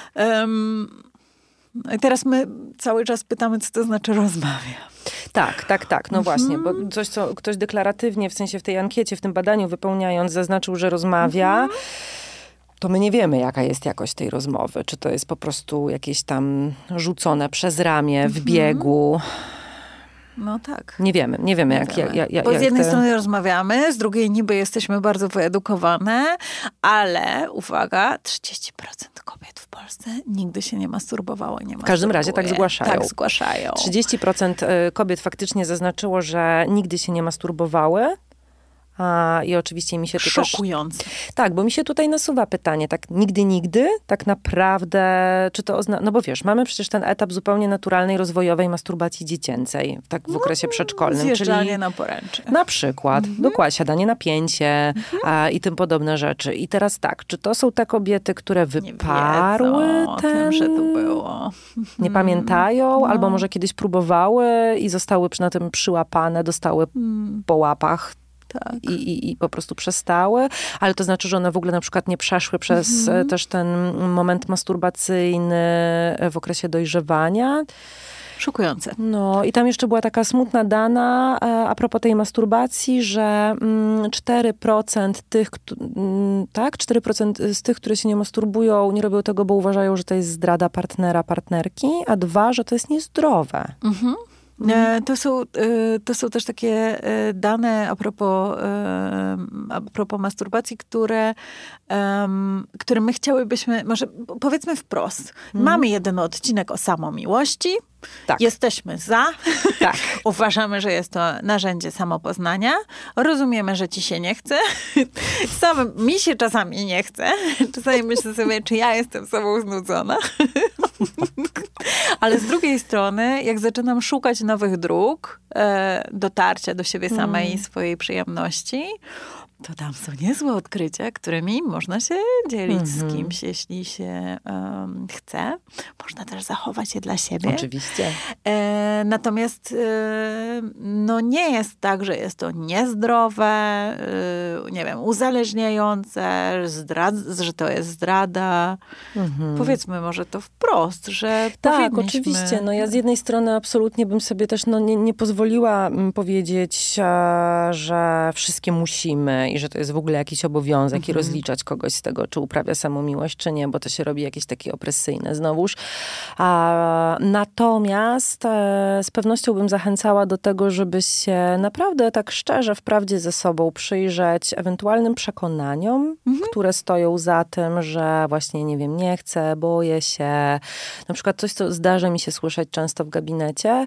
[SPEAKER 2] Um, I teraz my cały czas pytamy, co to znaczy rozmawia.
[SPEAKER 1] Tak, tak, tak. No mm-hmm. właśnie, bo coś, co ktoś deklaratywnie, w sensie w tej ankiecie, w tym badaniu wypełniając, zaznaczył, że rozmawia, mm-hmm. to my nie wiemy, jaka jest jakość tej rozmowy. Czy to jest po prostu jakieś tam rzucone przez ramię w biegu.
[SPEAKER 2] No tak.
[SPEAKER 1] Nie wiemy, nie wiemy.
[SPEAKER 2] Nie
[SPEAKER 1] jak,
[SPEAKER 2] wiemy.
[SPEAKER 1] jak, jak
[SPEAKER 2] Bo z jednej
[SPEAKER 1] te...
[SPEAKER 2] strony rozmawiamy, z drugiej niby jesteśmy bardzo wyedukowane, ale uwaga, trzydzieści procent kobiet w Polsce nigdy się nie masturbowało. Nie
[SPEAKER 1] w każdym razie tak zgłaszają.
[SPEAKER 2] Tak zgłaszają.
[SPEAKER 1] trzydzieści procent kobiet faktycznie zaznaczyło, że nigdy się nie masturbowały, A, I oczywiście mi się tu
[SPEAKER 2] Szokujące.
[SPEAKER 1] też... Tak, bo mi się tutaj nasuwa pytanie, tak nigdy, nigdy, tak naprawdę, czy to oznacza... No bo wiesz, mamy przecież ten etap zupełnie naturalnej, rozwojowej masturbacji dziecięcej, tak w okresie przedszkolnym.
[SPEAKER 2] Zjeżdżanie
[SPEAKER 1] czyli
[SPEAKER 2] na poręczy.
[SPEAKER 1] Na przykład,
[SPEAKER 2] Mhm.
[SPEAKER 1] dokładnie, siadanie na pięcie mhm. a, i tym podobne rzeczy. I teraz tak, czy to są te kobiety, które wyparły
[SPEAKER 2] nie wiedzą
[SPEAKER 1] ten...
[SPEAKER 2] o tym, że to było.
[SPEAKER 1] Nie pamiętają,
[SPEAKER 2] no.
[SPEAKER 1] albo może kiedyś próbowały i zostały przy na tym przyłapane, dostały hmm. po łapach.
[SPEAKER 2] Tak.
[SPEAKER 1] I, i, I po prostu przestały, ale to znaczy, że one w ogóle na przykład nie przeszły przez mm-hmm. też ten moment masturbacyjny w okresie dojrzewania.
[SPEAKER 2] Szokujące.
[SPEAKER 1] No i tam jeszcze była taka smutna dana a propos tej masturbacji, że cztery procent tych, tak, cztery procent z tych, które się nie masturbują, nie robią tego, bo uważają, że to jest zdrada partnera, partnerki, a dwa, że to jest niezdrowe.
[SPEAKER 2] Mhm. To są, to są też takie dane a propos, a propos masturbacji, które, które my chciałybyśmy, może powiedzmy wprost. Mm. Mamy jeden odcinek o samomiłości. Tak. Jesteśmy za.
[SPEAKER 1] Tak.
[SPEAKER 2] Uważamy, że jest to narzędzie samopoznania. Rozumiemy, że ci się nie chce. Sam mi się czasami nie chce. Czasami myślę sobie, czy ja jestem sobą znudzona. Ale z drugiej strony, jak zaczynam szukać nowych dróg, e, dotarcia do siebie samej i mm. swojej przyjemności, to tam są niezłe odkrycia, którymi można się dzielić mm-hmm. z kimś, jeśli się um, chce. Można też zachować je dla siebie.
[SPEAKER 1] Oczywiście.
[SPEAKER 2] E, natomiast e, no nie jest tak, że jest to niezdrowe, e, nie wiem, uzależniające, zdrad- że to jest zdrada. Mm-hmm. Powiedzmy może to wprost, że
[SPEAKER 1] tak,
[SPEAKER 2] powinniśmy...
[SPEAKER 1] oczywiście. No ja z jednej strony absolutnie bym sobie też no, nie, nie pozwoliła powiedzieć, a, że wszystkie musimy i że to jest w ogóle jakiś obowiązek mm-hmm. i rozliczać kogoś z tego, czy uprawia samomiłość, czy nie, bo to się robi jakieś takie opresyjne znowuż. A, natomiast e, z pewnością bym zachęcała do tego, żeby się naprawdę tak szczerze, wprawdzie ze sobą przyjrzeć ewentualnym przekonaniom, mm-hmm. które stoją za tym, że właśnie, nie wiem, nie chcę, boję się. Na przykład coś, co zdarza mi się słyszeć często w gabinecie,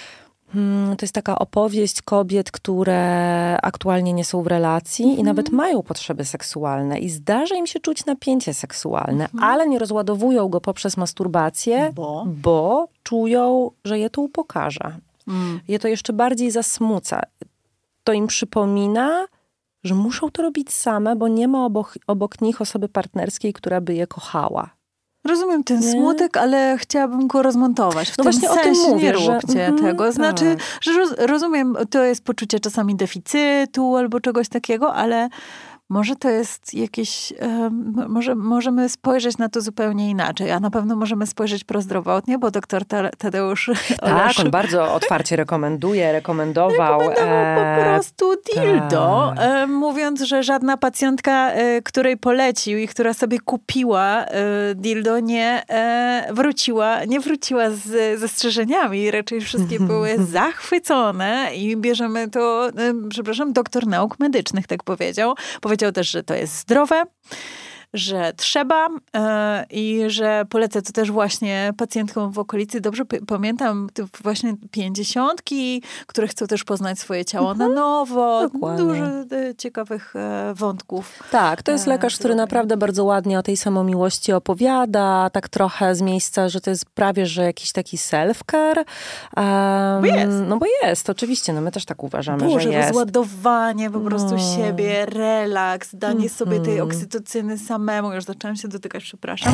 [SPEAKER 1] to jest taka opowieść kobiet, które aktualnie nie są w relacji mm-hmm. i nawet mają potrzeby seksualne i zdarza im się czuć napięcie seksualne, mm-hmm. ale nie rozładowują go poprzez masturbację,
[SPEAKER 2] bo,
[SPEAKER 1] bo czują, że je to upokarza. Mm. Je to jeszcze bardziej zasmuca. To im przypomina, że muszą to robić same, bo nie ma obok, obok nich osoby partnerskiej, która by je kochała.
[SPEAKER 2] Rozumiem ten nie? smutek, ale chciałabym go rozmontować. W
[SPEAKER 1] no
[SPEAKER 2] tym
[SPEAKER 1] właśnie
[SPEAKER 2] sensie
[SPEAKER 1] o tym mówię,
[SPEAKER 2] nie róbcie
[SPEAKER 1] że,
[SPEAKER 2] tego. Znaczy,
[SPEAKER 1] tak.
[SPEAKER 2] że roz, rozumiem, to jest poczucie czasami deficytu albo czegoś takiego, ale może to jest jakieś, um, może możemy spojrzeć na to zupełnie inaczej, a na pewno możemy spojrzeć prozdrowotnie, bo doktor Tadeusz
[SPEAKER 1] Tak,
[SPEAKER 2] Olesz,
[SPEAKER 1] on bardzo otwarcie rekomenduje, rekomendował.
[SPEAKER 2] Rekomendował po prostu dildo,
[SPEAKER 1] tak.
[SPEAKER 2] e, mówiąc, że żadna pacjentka, e, której polecił i która sobie kupiła e, dildo, nie e, wróciła, nie wróciła z zastrzeżeniami. Raczej wszystkie były zachwycone i bierzemy to, e, przepraszam, doktor nauk medycznych tak powiedział. Powiedział też, że to jest zdrowe, że trzeba yy, i że polecę to też właśnie pacjentkom w okolicy. Dobrze p- pamiętam właśnie pięćdziesiątki, które chcą też poznać swoje ciało mhm. na nowo.
[SPEAKER 1] Dokładnie.
[SPEAKER 2] Dużo y, ciekawych y, wątków.
[SPEAKER 1] Tak, to jest lekarz, który naprawdę bardzo ładnie o tej samomiłości opowiada, tak trochę z miejsca, że to jest prawie, że jakiś taki self-care. Um,
[SPEAKER 2] bo jest.
[SPEAKER 1] No bo jest, oczywiście. No my też tak uważamy,
[SPEAKER 2] Boże,
[SPEAKER 1] że jest.
[SPEAKER 2] rozładowanie po prostu
[SPEAKER 1] no.
[SPEAKER 2] siebie, relaks, danie mm. sobie tej
[SPEAKER 1] Mm.
[SPEAKER 2] oksytocyny samemu. Już zaczęłam się dotykać, przepraszam.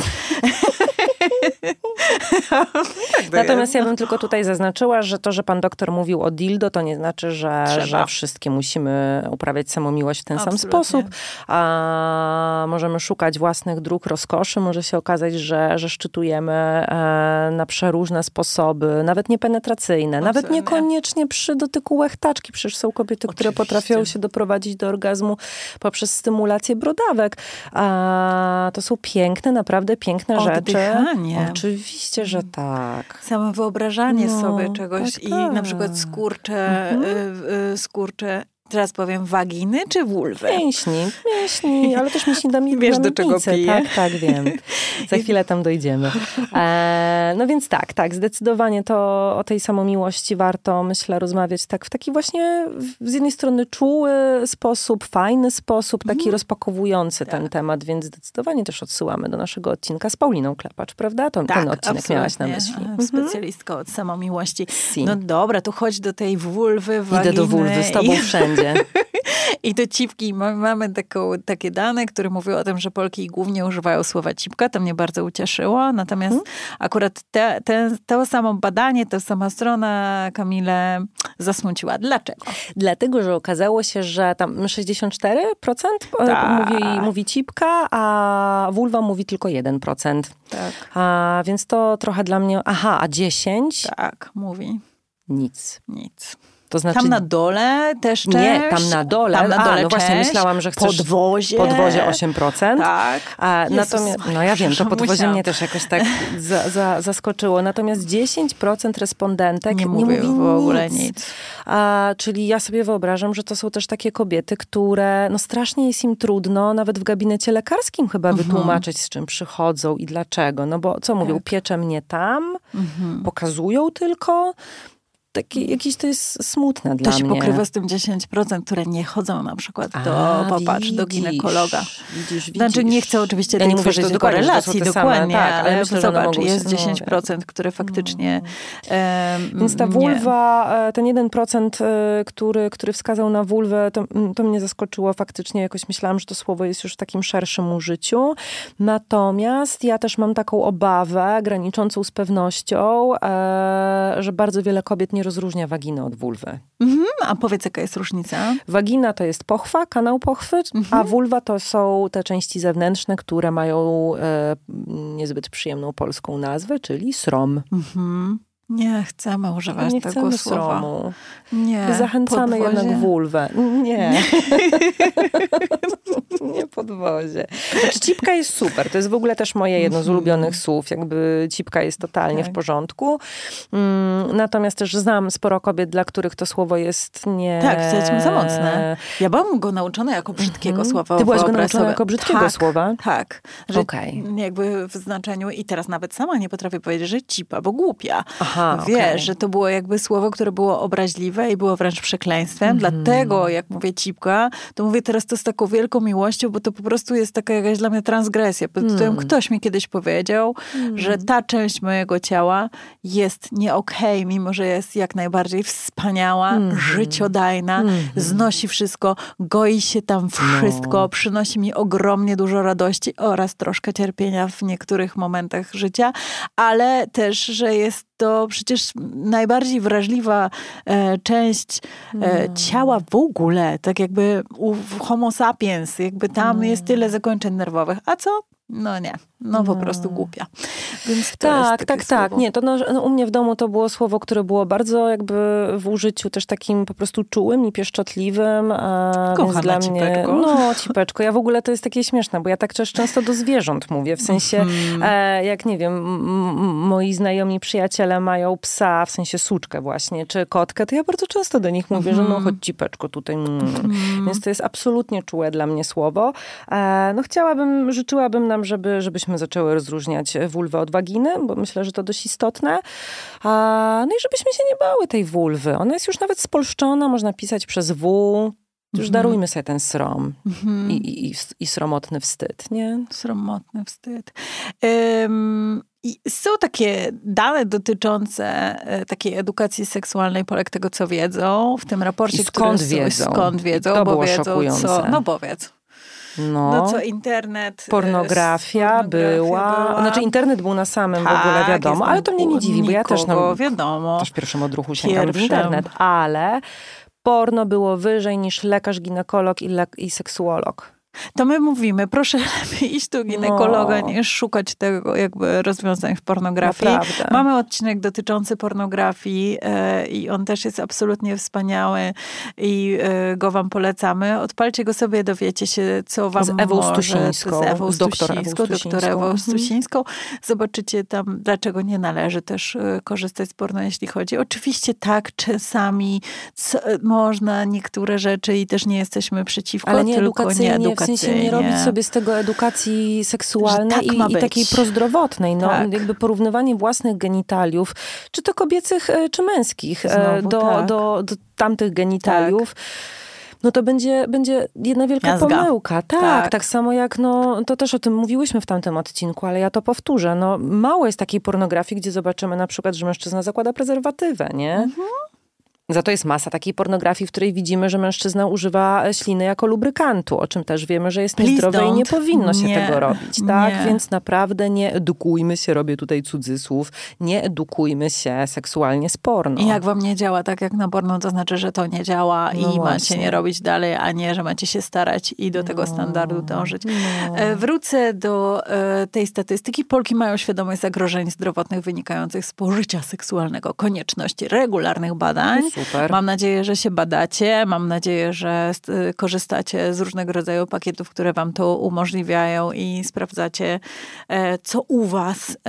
[SPEAKER 1] tak Natomiast ja bym tylko tutaj zaznaczyła, że to, że pan doktor mówił o dildo, to nie znaczy, że, że wszystkie musimy uprawiać samomiłość w ten Absolutnie. sam sposób. A możemy szukać własnych dróg rozkoszy. Może się okazać, że, że szczytujemy e, na przeróżne sposoby, nawet niepenetracyjne, Absolutnie. nawet niekoniecznie przy dotyku łechtaczki. Przecież są kobiety, Oczywiście. które potrafią się doprowadzić do orgazmu poprzez stymulację brodawek. A to są piękne, naprawdę piękne
[SPEAKER 2] Oddychanie.
[SPEAKER 1] rzeczy. Oczywiście, że tak.
[SPEAKER 2] Same wyobrażanie
[SPEAKER 1] no,
[SPEAKER 2] sobie czegoś
[SPEAKER 1] tak,
[SPEAKER 2] i
[SPEAKER 1] tak.
[SPEAKER 2] na przykład skurcze, mhm. y, y, skurcze teraz powiem waginy czy wulwy?
[SPEAKER 1] Mięśni, mięśni, ale też mięśni dla mnie.
[SPEAKER 2] Wiesz, do czego piję?
[SPEAKER 1] Tak, tak, wiem. Za chwilę tam dojdziemy. E, no więc tak, tak, zdecydowanie to o tej samomiłości warto, myślę, rozmawiać tak w taki właśnie z jednej strony czuły sposób, fajny sposób, taki mm. rozpakowujący tak. ten temat, więc zdecydowanie też odsyłamy do naszego odcinka z Pauliną Klepacz, prawda? To,
[SPEAKER 2] tak,
[SPEAKER 1] ten odcinek
[SPEAKER 2] absolutnie.
[SPEAKER 1] miałaś na myśli.
[SPEAKER 2] Specjalistka od samomiłości.
[SPEAKER 1] Si.
[SPEAKER 2] No dobra, to chodź do tej wulwy, waginy.
[SPEAKER 1] Idę do wulwy, z tobą
[SPEAKER 2] i... wszędzie. I do cipki. Mamy taką, takie dane, które mówią o tym, że Polki głównie używają słowa cipka. To mnie bardzo ucieszyło. Natomiast hmm. akurat te, te, to samo badanie, ta sama strona Kamilę zasmuciła. Dlaczego?
[SPEAKER 1] Dlatego, że okazało się, że tam sześćdziesiąt cztery procent tak. mówi, mówi cipka, a wulwa mówi tylko jeden procent.
[SPEAKER 2] Tak.
[SPEAKER 1] A, więc to trochę dla mnie... Aha, a dziesięć?
[SPEAKER 2] Tak, mówi.
[SPEAKER 1] Nic.
[SPEAKER 2] Nic.
[SPEAKER 1] To znaczy,
[SPEAKER 2] tam na dole też część.
[SPEAKER 1] Nie, tam na dole.
[SPEAKER 2] Tam na dole
[SPEAKER 1] A, no właśnie,
[SPEAKER 2] część,
[SPEAKER 1] myślałam, że chcesz...
[SPEAKER 2] Podwozie.
[SPEAKER 1] Podwozie osiem procent.
[SPEAKER 2] Tak.
[SPEAKER 1] A, natomiast, no ja wiem, to podwozie
[SPEAKER 2] musiałam.
[SPEAKER 1] mnie też jakoś tak za, za, zaskoczyło. Natomiast dziesięć procent respondentek
[SPEAKER 2] nie,
[SPEAKER 1] nie
[SPEAKER 2] mówi
[SPEAKER 1] mówi
[SPEAKER 2] w ogóle
[SPEAKER 1] nic.
[SPEAKER 2] nic.
[SPEAKER 1] A, czyli ja sobie wyobrażam, że to są też takie kobiety, które no strasznie jest im trudno, nawet w gabinecie lekarskim chyba mhm. wytłumaczyć, z czym przychodzą i dlaczego. No bo co mówią, tak. piecze mnie tam, mhm. pokazują tylko... Takie, jakieś to jest smutne dla
[SPEAKER 2] mnie. To się
[SPEAKER 1] mnie.
[SPEAKER 2] pokrywa z tym dziesięć procent, które nie chodzą na przykład do,
[SPEAKER 1] A,
[SPEAKER 2] popatrz,
[SPEAKER 1] widzisz,
[SPEAKER 2] do ginekologa.
[SPEAKER 1] Widzisz, widzisz.
[SPEAKER 2] Znaczy nie chcę oczywiście
[SPEAKER 1] ja
[SPEAKER 2] tej
[SPEAKER 1] nie mówię,
[SPEAKER 2] tworzyć
[SPEAKER 1] że
[SPEAKER 2] korelacji, dokładnie,
[SPEAKER 1] tak, ale,
[SPEAKER 2] ale
[SPEAKER 1] myślę,
[SPEAKER 2] zobacz,
[SPEAKER 1] że
[SPEAKER 2] jest
[SPEAKER 1] się,
[SPEAKER 2] dziesięć procent, no, które faktycznie
[SPEAKER 1] no.
[SPEAKER 2] um,
[SPEAKER 1] Więc ta wulwa, nie. ten jeden procent, który, który wskazał na wulwę, to, to mnie zaskoczyło faktycznie. Jakoś myślałam, że to słowo jest już w takim szerszym użyciu. Natomiast ja też mam taką obawę, graniczącą z pewnością, że bardzo wiele kobiet nie rozróżnia waginy od wulwy.
[SPEAKER 2] Mhm, a powiedz, jaka jest różnica?
[SPEAKER 1] Wagina to jest pochwa, kanał pochwy, mhm. a wulwa to są te części zewnętrzne, które mają e, niezbyt przyjemną polską nazwę, czyli srom.
[SPEAKER 2] Mhm. Nie chcemy używać
[SPEAKER 1] nie
[SPEAKER 2] tego
[SPEAKER 1] chcemy
[SPEAKER 2] słowa.
[SPEAKER 1] Sromu.
[SPEAKER 2] Nie.
[SPEAKER 1] Zachęcamy
[SPEAKER 2] podwozie?
[SPEAKER 1] jednak wulwę. Nie. Nie podwozie. Znaczy cipka jest super. To jest w ogóle też moje jedno z ulubionych słów. Jakby cipka jest totalnie tak. w porządku. Mm, natomiast też znam sporo kobiet, dla których to słowo jest nie...
[SPEAKER 2] Tak, to jest za mocne. Ja byłam go nauczona jako brzydkiego mm-hmm. słowa.
[SPEAKER 1] Ty byłaś go nauczona jako brzydkiego
[SPEAKER 2] tak,
[SPEAKER 1] słowa?
[SPEAKER 2] Tak. Że
[SPEAKER 1] okay.
[SPEAKER 2] jakby w znaczeniu i teraz nawet sama nie potrafię powiedzieć, że cipa, bo głupia.
[SPEAKER 1] Aha,
[SPEAKER 2] Wiesz,
[SPEAKER 1] okay.
[SPEAKER 2] że to było jakby słowo, które było obraźliwe i było wręcz przekleństwem. Mm. Dlatego, jak mówię cipka, to mówię teraz to z taką wielką miłością, bo to po prostu jest taka jakaś dla mnie transgresja. Pod tytułem mm. ktoś mi kiedyś powiedział, mm. że ta część mojego ciała jest nie okej, mimo że jest jak najbardziej wspaniała, mm. życiodajna, mm. znosi wszystko, goi się tam wszystko, no. przynosi mi ogromnie dużo radości oraz troszkę cierpienia w niektórych momentach życia, ale też, że jest to przecież najbardziej wrażliwa e, część e, no. ciała w ogóle. Tak jakby u homo sapiens, jakby tam no. jest tyle zakończeń nerwowych. A co? No nie. No po no. prostu głupia. Więc to
[SPEAKER 1] tak,
[SPEAKER 2] jest
[SPEAKER 1] tak,
[SPEAKER 2] słowo.
[SPEAKER 1] tak. Nie, to no, no, u mnie w domu to było słowo, które było bardzo jakby w użyciu też takim po prostu czułym i pieszczotliwym. A
[SPEAKER 2] Kochana
[SPEAKER 1] więc dla
[SPEAKER 2] cipeczko.
[SPEAKER 1] mnie, no cipeczko. Ja w ogóle to jest takie śmieszne, bo ja tak też często do zwierząt mówię. W sensie, mm. e, jak nie wiem, m- moi znajomi przyjaciele mają psa, w sensie suczkę właśnie, czy kotkę, to ja bardzo często do nich mówię, mm. że no chodź cipeczko tutaj. Mm. Mm. Więc to jest absolutnie czułe dla mnie słowo. E, no chciałabym, życzyłabym nam, żeby, żebyśmy zaczęły rozróżniać wulwę od waginy, bo myślę, że to dość istotne. A, no i żebyśmy się nie bały tej wulwy. Ona jest już nawet spolszczona, można pisać przez W. Już mm-hmm. darujmy sobie ten srom mm-hmm. I, i, i sromotny wstyd, nie?
[SPEAKER 2] Sromotny wstyd. Um, i są takie dane dotyczące e, takiej edukacji seksualnej Polek, tego co wiedzą w tym raporcie.
[SPEAKER 1] I skąd
[SPEAKER 2] który
[SPEAKER 1] wiedzą?
[SPEAKER 2] Są, skąd wiedzą,
[SPEAKER 1] to
[SPEAKER 2] bo
[SPEAKER 1] było
[SPEAKER 2] wiedzą,
[SPEAKER 1] szokujące.
[SPEAKER 2] co... No powiedz.
[SPEAKER 1] No,
[SPEAKER 2] no co internet...
[SPEAKER 1] Pornografia,
[SPEAKER 2] pornografia
[SPEAKER 1] była,
[SPEAKER 2] była...
[SPEAKER 1] Znaczy internet był na samym
[SPEAKER 2] tak,
[SPEAKER 1] w ogóle wiadomo, ale to mnie nie dziwi, bo ja też no,
[SPEAKER 2] wiadomo.
[SPEAKER 1] też pierwszym odruchu sięgam w internet, ale porno było wyżej niż lekarz, ginekolog i, le- i seksuolog.
[SPEAKER 2] To my mówimy, proszę lepiej iść do ginekologa, no. niż szukać tego jakby rozwiązań w pornografii.
[SPEAKER 1] Naprawdę.
[SPEAKER 2] Mamy odcinek dotyczący pornografii e, i on też jest absolutnie wspaniały i e, go wam polecamy. Odpalcie go sobie, dowiecie się, co wam
[SPEAKER 1] z Ewą
[SPEAKER 2] może.
[SPEAKER 1] Stusińską,
[SPEAKER 2] Z Ewą
[SPEAKER 1] z doktor Ewą
[SPEAKER 2] Stusińską,
[SPEAKER 1] Stusińską.
[SPEAKER 2] doktor Ewą
[SPEAKER 1] Mhm.
[SPEAKER 2] Stusińską. Zobaczycie tam, dlaczego nie należy też e, korzystać z porno, jeśli chodzi. Oczywiście tak, czasami co, można niektóre rzeczy i też nie jesteśmy przeciwko,
[SPEAKER 1] ale nie
[SPEAKER 2] tylko
[SPEAKER 1] edukacyjnie,
[SPEAKER 2] nie edukacyjnie.
[SPEAKER 1] W sensie nie robić sobie z tego edukacji seksualnej
[SPEAKER 2] tak
[SPEAKER 1] i, i takiej prozdrowotnej. No,
[SPEAKER 2] tak.
[SPEAKER 1] Jakby porównywanie własnych genitaliów, czy to kobiecych, czy męskich,
[SPEAKER 2] Znowu,
[SPEAKER 1] do,
[SPEAKER 2] tak.
[SPEAKER 1] do, do tamtych genitaliów. Tak. No to będzie, będzie jedna wielka
[SPEAKER 2] Jazga.
[SPEAKER 1] pomyłka. Tak,
[SPEAKER 2] Tak.
[SPEAKER 1] tak samo jak, no, to też o tym mówiłyśmy w tamtym odcinku, ale ja to powtórzę. No, mało jest takiej pornografii, gdzie zobaczymy na przykład, że mężczyzna zakłada prezerwatywę, nie? Mhm. Za to jest masa takiej pornografii, w której widzimy, że mężczyzna używa śliny jako lubrykantu, o czym też wiemy, że jest
[SPEAKER 2] Please
[SPEAKER 1] niezdrowe
[SPEAKER 2] don't.
[SPEAKER 1] i nie powinno się
[SPEAKER 2] nie,
[SPEAKER 1] tego robić. Tak?
[SPEAKER 2] Nie.
[SPEAKER 1] Więc naprawdę nie edukujmy się, robię tutaj cudzysłów, nie edukujmy się seksualnie z porno.
[SPEAKER 2] I jak wam nie działa tak jak na porno, to znaczy, że to nie działa
[SPEAKER 1] no
[SPEAKER 2] i
[SPEAKER 1] właśnie.
[SPEAKER 2] macie nie robić dalej, a nie, że macie się starać i do tego no. standardu dążyć.
[SPEAKER 1] No.
[SPEAKER 2] Wrócę do e, tej statystyki. Polki mają świadomość zagrożeń zdrowotnych wynikających z spożycia seksualnego, konieczności regularnych badań.
[SPEAKER 1] No super.
[SPEAKER 2] Mam nadzieję, że się badacie. Mam nadzieję, że korzystacie z różnego rodzaju pakietów, które wam to umożliwiają i sprawdzacie, co u was.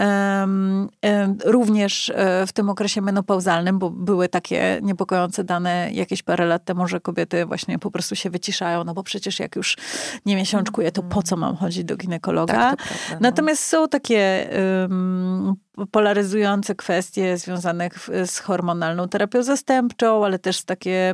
[SPEAKER 2] Również w tym okresie menopauzalnym, bo były takie niepokojące dane jakieś parę lat temu, że kobiety właśnie po prostu się wyciszają, no bo przecież jak już nie miesiączkuję, to po co mam chodzić do ginekologa?
[SPEAKER 1] Tak, to prawda, no.
[SPEAKER 2] Natomiast są takie um, polaryzujące kwestie związane z hormonalną terapią zastępczą, ale też z, takie,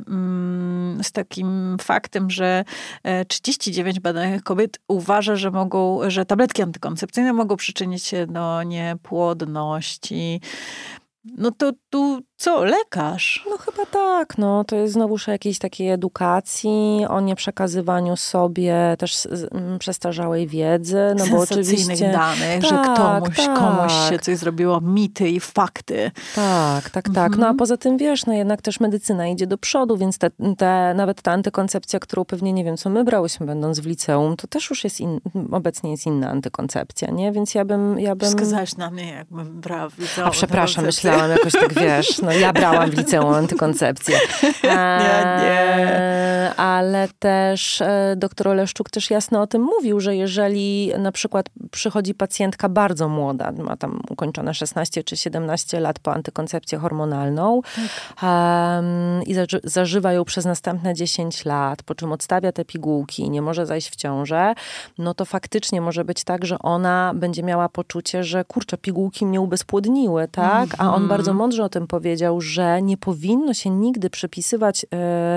[SPEAKER 2] z takim faktem, że trzydzieści dziewięć badanych kobiet uważa, że mogą, że tabletki antykoncepcyjne mogą przyczynić się do niepłodności. No to tu co? Lekarz?
[SPEAKER 1] No chyba tak. No, to jest znowuż o jakiejś takiej edukacji, o nieprzekazywaniu sobie też przestarzałej wiedzy. No bo oczywiście
[SPEAKER 2] danych,
[SPEAKER 1] tak,
[SPEAKER 2] że komuś,
[SPEAKER 1] tak.
[SPEAKER 2] komuś się coś zrobiło, mity i fakty.
[SPEAKER 1] Tak, tak, tak. Mhm. No a poza tym wiesz, no jednak też medycyna idzie do przodu, więc te, te, nawet ta antykoncepcja, którą pewnie nie wiem, co my brałyśmy będąc w liceum, to też już jest in, obecnie jest inna antykoncepcja, nie? Więc ja bym... Ja bym...
[SPEAKER 2] Wskazałaś na mnie, jakbym brała w liceum.
[SPEAKER 1] A przepraszam, myślałam jakoś tak, wiesz, no ja brałam w liceum antykoncepcję. E,
[SPEAKER 2] nie, nie.
[SPEAKER 1] Ale też e, doktor Oleszczuk też jasno o tym mówił, że jeżeli na przykład przychodzi pacjentka bardzo młoda, ma tam ukończone szesnaście czy siedemnaście lat po antykoncepcję hormonalną tak. um, i zaży, zażywa ją przez następne dziesięć lat, po czym odstawia te pigułki i nie może zajść w ciążę, no to faktycznie może być tak, że ona będzie miała poczucie, że kurczę, pigułki mnie ubezpłodniły, tak? Mm-hmm. A on bardzo mądrze o tym powiedział, że nie powinno się nigdy przypisywać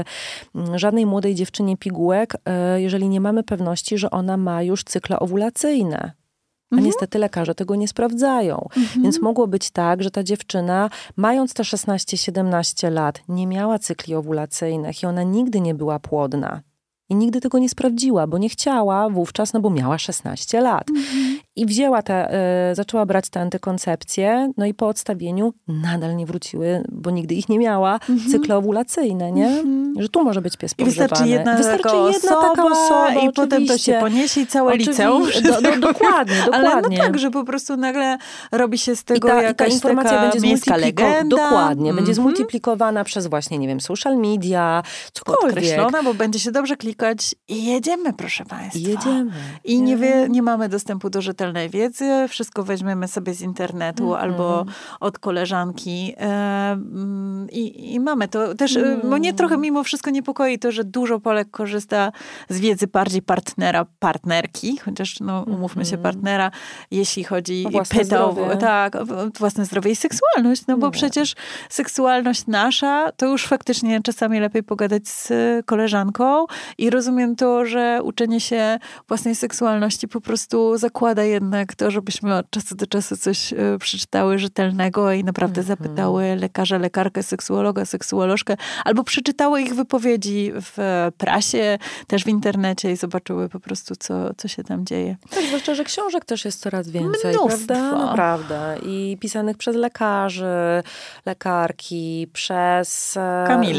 [SPEAKER 1] e, żadnej młodej dziewczynie pigułek, e, jeżeli nie mamy pewności, że ona ma już cykle owulacyjne. A mhm. niestety lekarze tego nie sprawdzają. Mhm. Więc mogło być tak, że ta dziewczyna, mając te szesnaście siedemnaście lat, nie miała cykli owulacyjnych i ona nigdy nie była płodna. I nigdy tego nie sprawdziła, bo nie chciała wówczas, no bo miała szesnaście lat. Mhm. I wzięła te, y, zaczęła brać te antykoncepcje, no i po odstawieniu nadal nie wróciły, bo nigdy ich nie miała, mhm. cykle owulacyjne, nie? Mhm. Że tu może być pies pogrzebany.
[SPEAKER 2] I wystarczy jedna, wystarczy taka, jedna osoba, taka osoba, i oczywiście. Potem to się poniesie i całe
[SPEAKER 1] oczywiście.
[SPEAKER 2] liceum.
[SPEAKER 1] Do, do, dokładnie, dokładnie.
[SPEAKER 2] Ale no tak, że po prostu nagle robi się z tego
[SPEAKER 1] I ta,
[SPEAKER 2] jakaś
[SPEAKER 1] i ta informacja
[SPEAKER 2] taka
[SPEAKER 1] będzie
[SPEAKER 2] miejska legenda.
[SPEAKER 1] Dokładnie, będzie
[SPEAKER 2] mhm.
[SPEAKER 1] zmultiplikowana przez właśnie, nie wiem, social media, cokolwiek.
[SPEAKER 2] Podkreślona, bo będzie się dobrze klikać i jedziemy, proszę państwa.
[SPEAKER 1] Jedziemy.
[SPEAKER 2] I nie, wie, nie mamy dostępu do rzetelnej wiedzy, wszystko weźmiemy sobie z internetu mm-hmm. albo od koleżanki e, i, i mamy to. Też mm. mnie trochę mimo wszystko niepokoi to, że dużo Polek korzysta z wiedzy bardziej partnera, partnerki, chociaż no, umówmy mm-hmm. się, partnera, jeśli chodzi
[SPEAKER 1] o
[SPEAKER 2] i pyta o,
[SPEAKER 1] tak,
[SPEAKER 2] o własne zdrowie i seksualność, no bo no. przecież seksualność nasza, to już faktycznie czasami lepiej pogadać z koleżanką i rozumiem to, że uczenie się własnej seksualności po prostu zakłada jednak to, żebyśmy od czasu do czasu coś y, przeczytały rzetelnego i naprawdę mm-hmm. zapytały lekarza, lekarkę, seksuologa, seksuolożkę, albo przeczytały ich wypowiedzi w prasie, też w internecie i zobaczyły po prostu, co, co się tam dzieje.
[SPEAKER 1] Tak, zwłaszcza, że książek też jest coraz więcej,
[SPEAKER 2] Mnóstwo.
[SPEAKER 1] Prawda? Naprawdę. I pisanych przez lekarzy, lekarki, przez...
[SPEAKER 2] Kamilę.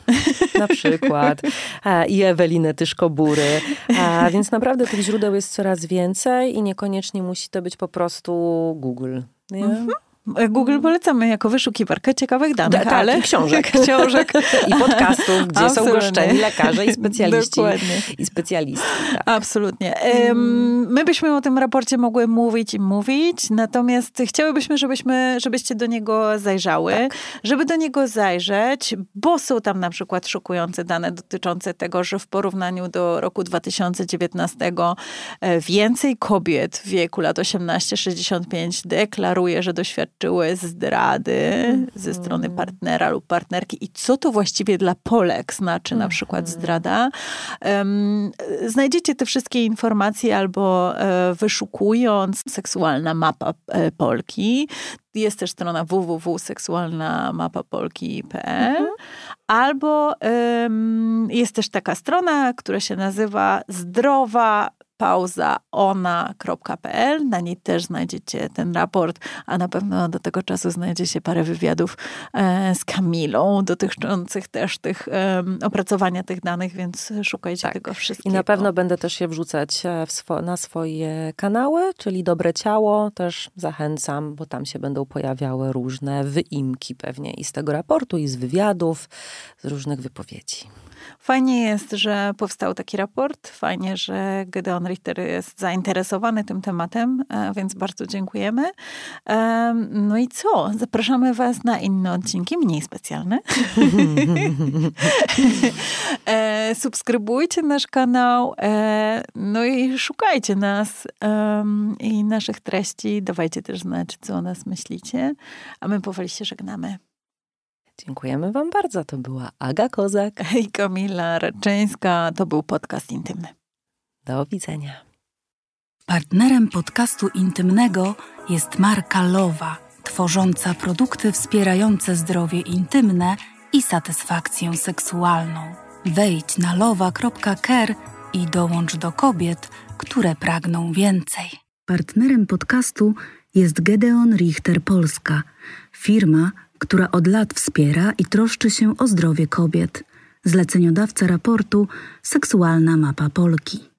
[SPEAKER 1] na przykład, i Eweliny Tyszkobury. A więc naprawdę tych źródeł jest coraz więcej i niekoniecznie musi to być po prostu Google. Nie? Mhm.
[SPEAKER 2] Google polecamy jako wyszukiwarkę ciekawych danych,
[SPEAKER 1] da,
[SPEAKER 2] ale...
[SPEAKER 1] Tak, i książek.
[SPEAKER 2] książek.
[SPEAKER 1] I podcastów, gdzie
[SPEAKER 2] Absolutnie.
[SPEAKER 1] są goszczeni lekarze i specjaliści.
[SPEAKER 2] Dokładnie.
[SPEAKER 1] I specjalistki. Tak.
[SPEAKER 2] Absolutnie. Um, my byśmy o tym raporcie mogły mówić i mówić, natomiast chciałybyśmy, żebyśmy, żebyście do niego zajrzały, tak. żeby do niego zajrzeć, bo są tam na przykład szokujące dane dotyczące tego, że w porównaniu do roku dwa tysiące dziewiętnastego więcej kobiet w wieku lat osiemnaście sześćdziesiąt pięć deklaruje, że doświadczyły zdrady mm. ze strony partnera lub partnerki i co to właściwie dla Polek znaczy mm. na przykład zdrada. Um, znajdziecie te wszystkie informacje albo e, wyszukując seksualna mapa e, Polki. Jest też strona w w w kropka seksualna mapa polki kropka p l mm-hmm. albo um, jest też taka strona, która się nazywa zdrowa pauza ona kropka p l. Na niej też znajdziecie ten raport, a na pewno do tego czasu znajdzie się parę wywiadów e, z Kamilą dotyczących też tych e, opracowania tych danych, więc szukajcie tak. tego wszystkiego.
[SPEAKER 1] I na pewno będę też je wrzucać w swo- na swoje kanały, czyli Dobre Ciało. Też zachęcam, bo tam się będą pojawiały różne wyimki pewnie i z tego raportu, i z wywiadów, z różnych wypowiedzi.
[SPEAKER 2] Fajnie jest, że powstał taki raport. Fajnie, że Gedeon Richter jest zainteresowany tym tematem, więc bardzo dziękujemy. No i co? Zapraszamy was na inne odcinki, mniej specjalne. Subskrybujcie nasz kanał, no i szukajcie nas i naszych treści. Dawajcie też znać, co o nas myślicie. A my powoli się żegnamy.
[SPEAKER 1] Dziękujemy wam bardzo. To była Aga Kozak
[SPEAKER 2] i Kamila Raczyńska. To był podcast intymny.
[SPEAKER 1] Do widzenia.
[SPEAKER 3] Partnerem podcastu intymnego jest marka Lowa, tworząca produkty wspierające zdrowie intymne i satysfakcję seksualną. Wejdź na lowa kropka care i dołącz do kobiet, które pragną więcej. Partnerem podcastu jest Gedeon Richter Polska, firma, która od lat wspiera i troszczy się o zdrowie kobiet. Zleceniodawca raportu Seksualna mapa Polki.